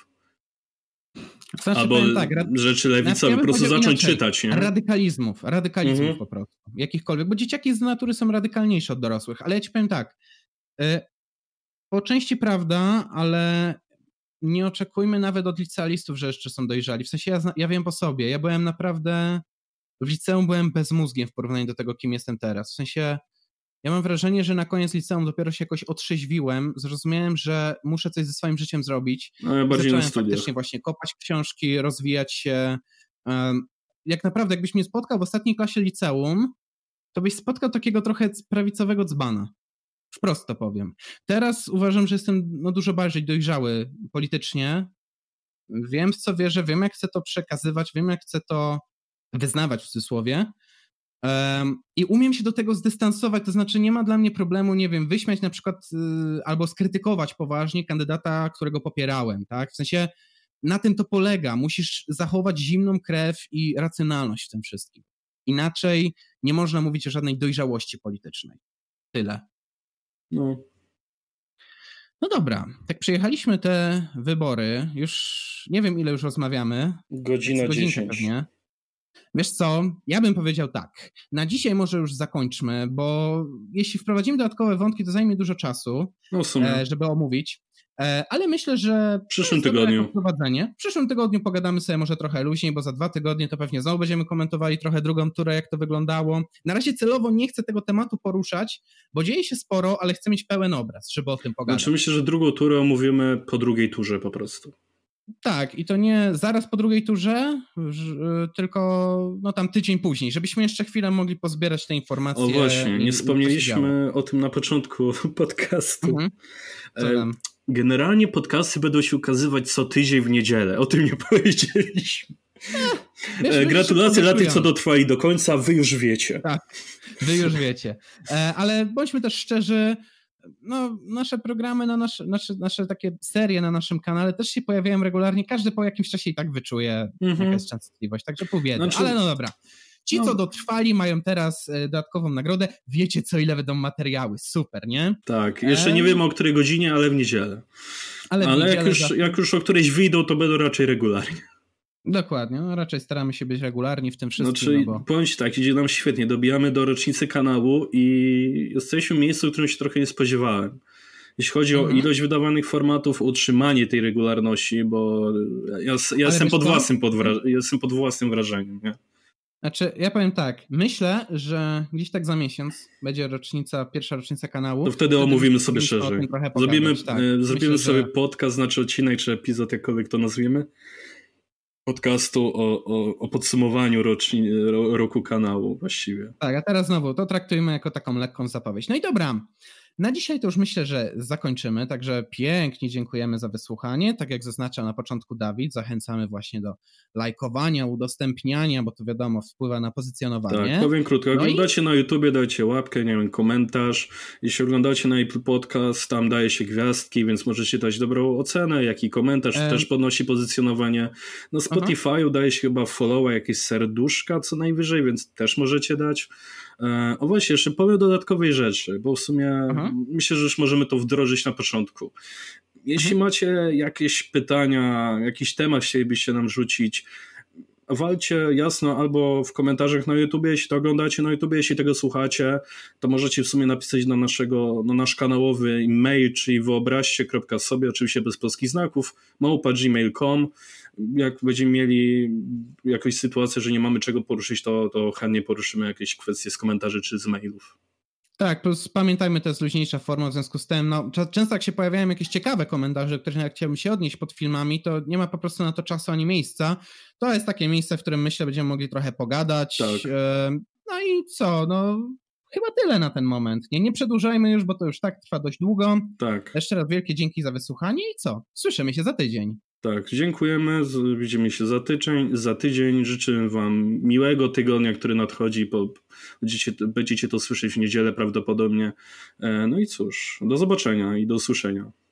Albo tak, rzeczy lewicowe, po prostu zacząć czytać. Nie? Radykalizmów po prostu. Jakichkolwiek, bo dzieciaki z natury są radykalniejsze od dorosłych. Ale ja ci powiem tak, po części prawda, ale nie oczekujmy nawet od licealistów, że jeszcze są dojrzali. W sensie ja wiem po sobie, ja byłem naprawdę... W liceum byłem bezmózgiem w porównaniu do tego, kim jestem teraz. W sensie, ja mam wrażenie, że na koniec liceum dopiero się jakoś otrzeźwiłem, zrozumiałem, że muszę coś ze swoim życiem zrobić. No, ja bardziej zacząłem na studiach. faktycznie właśnie kopać książki, rozwijać się. Jak naprawdę, jakbyś mnie spotkał w ostatniej klasie liceum, to byś spotkał takiego trochę prawicowego dzbana. Wprost to powiem. Teraz uważam, że jestem dużo bardziej dojrzały politycznie. Wiem, w co wierzę, wiem, jak chcę to przekazywać, wiem, jak chcę to wyznawać w cudzysłowie i umiem się do tego zdystansować, to znaczy nie ma dla mnie problemu, nie wiem, wyśmiać na przykład albo skrytykować poważnie kandydata, którego popierałem, tak? W sensie na tym to polega. Musisz zachować zimną krew i racjonalność w tym wszystkim. Inaczej nie można mówić o żadnej dojrzałości politycznej. Tyle. No dobra, tak przejechaliśmy te wybory, już nie wiem ile już rozmawiamy. Godzina 10. Pewnie. Wiesz co, ja bym powiedział tak, na dzisiaj może już zakończmy, bo jeśli wprowadzimy dodatkowe wątki, to zajmie dużo czasu, żeby omówić. Ale myślę, że w przyszłym tygodniu. W przyszłym tygodniu pogadamy sobie może trochę luźniej, bo za 2 tygodnie to pewnie znowu będziemy komentowali trochę drugą turę, jak to wyglądało. Na razie celowo nie chcę tego tematu poruszać, bo dzieje się sporo, ale chcę mieć pełen obraz, żeby o tym pogadać. Znaczy myślę, że drugą turę omówimy po drugiej turze po prostu. Tak, i to nie zaraz po drugiej turze, tylko no tam tydzień później, żebyśmy jeszcze chwilę mogli pozbierać te informacje. O właśnie, nie wspomnieliśmy o tym na początku podcastu. Co tam? Generalnie podcasty będą się ukazywać co tydzień w niedzielę. O tym nie powiedzieliśmy. Gratulacje dla tych, co dotrwali do końca. Wy już wiecie. Tak, wy już wiecie. Ale bądźmy też szczerzy, no, nasze programy, nasze takie serie na naszym kanale też się pojawiają regularnie. Każdy po jakimś czasie i tak wyczuje, jaka jest częstotliwość. Także powiedzmy. Ale no dobra. Ci, co dotrwali, mają teraz dodatkową nagrodę. Wiecie, co ile będą materiały. Super, nie? Tak. Jeszcze nie wiemy o której godzinie, ale w niedzielę. Ale jak już o którejś wyjdą, to będą raczej regularnie. Dokładnie. No raczej staramy się być regularni w tym wszystkim. Znaczy, powiem ci tak, idzie nam świetnie. Dobijamy do rocznicy kanału i jesteśmy w miejscu, w którym się trochę nie spodziewałem. Jeśli chodzi o ilość wydawanych formatów, utrzymanie tej regularności, bo ja jestem pod własnym wrażeniem. Nie? Znaczy, ja powiem tak, myślę, że gdzieś tak za miesiąc będzie pierwsza rocznica kanału. To wtedy omówimy sobie szerzej. Zrobimy myślę, sobie podcast, znaczy odcinek czy epizod, jakkolwiek to nazwiemy, podcastu o podsumowaniu roku kanału właściwie. Tak, a teraz znowu to traktujemy jako taką lekką zapowiedź. No i dobra, na dzisiaj to już myślę, że zakończymy, także pięknie dziękujemy za wysłuchanie. Tak jak zaznaczał na początku Dawid, zachęcamy właśnie do lajkowania, udostępniania, bo to wiadomo wpływa na pozycjonowanie. Tak, powiem krótko, jak oglądacie na YouTubie, dajcie łapkę, nie wiem, komentarz. Jeśli oglądacie na Apple Podcast, tam daje się gwiazdki, więc możecie dać dobrą ocenę, jak i komentarz też podnosi pozycjonowanie. Na Spotify'u daje się chyba followa, jakieś serduszka co najwyżej, więc też możecie dać. O właśnie, jeszcze powiem dodatkowej rzeczy, bo w sumie myślę, że już możemy to wdrożyć na początku. Jeśli macie jakieś pytania, jakiś temat chcielibyście nam rzucić, walcie jasno albo w komentarzach na YouTubie, jeśli to oglądacie na YouTubie, jeśli tego słuchacie, to możecie w sumie napisać na nasz kanałowy mail, czyli wyobraźcie.sobie, oczywiście bez polskich znaków, @gmail.com. Jak będziemy mieli jakąś sytuację, że nie mamy czego poruszyć, to chętnie poruszymy jakieś kwestie z komentarzy czy z mailów. Tak, plus pamiętajmy, to jest luźniejsza forma, w związku z tym, no, często jak się pojawiają jakieś ciekawe komentarze, które jak chciałbym się odnieść pod filmami, to nie ma po prostu na to czasu ani miejsca. To jest takie miejsce, w którym myślę, będziemy mogli trochę pogadać. Tak. No i co, no chyba tyle na ten moment. Nie przedłużajmy już, bo to już tak trwa dość długo. Tak. Jeszcze raz wielkie dzięki za wysłuchanie i co? Słyszymy się za tydzień. Tak, dziękujemy, widzimy się za tydzień, życzę wam miłego tygodnia, który nadchodzi, będziecie to słyszeć w niedzielę prawdopodobnie. No i cóż, do zobaczenia i do usłyszenia.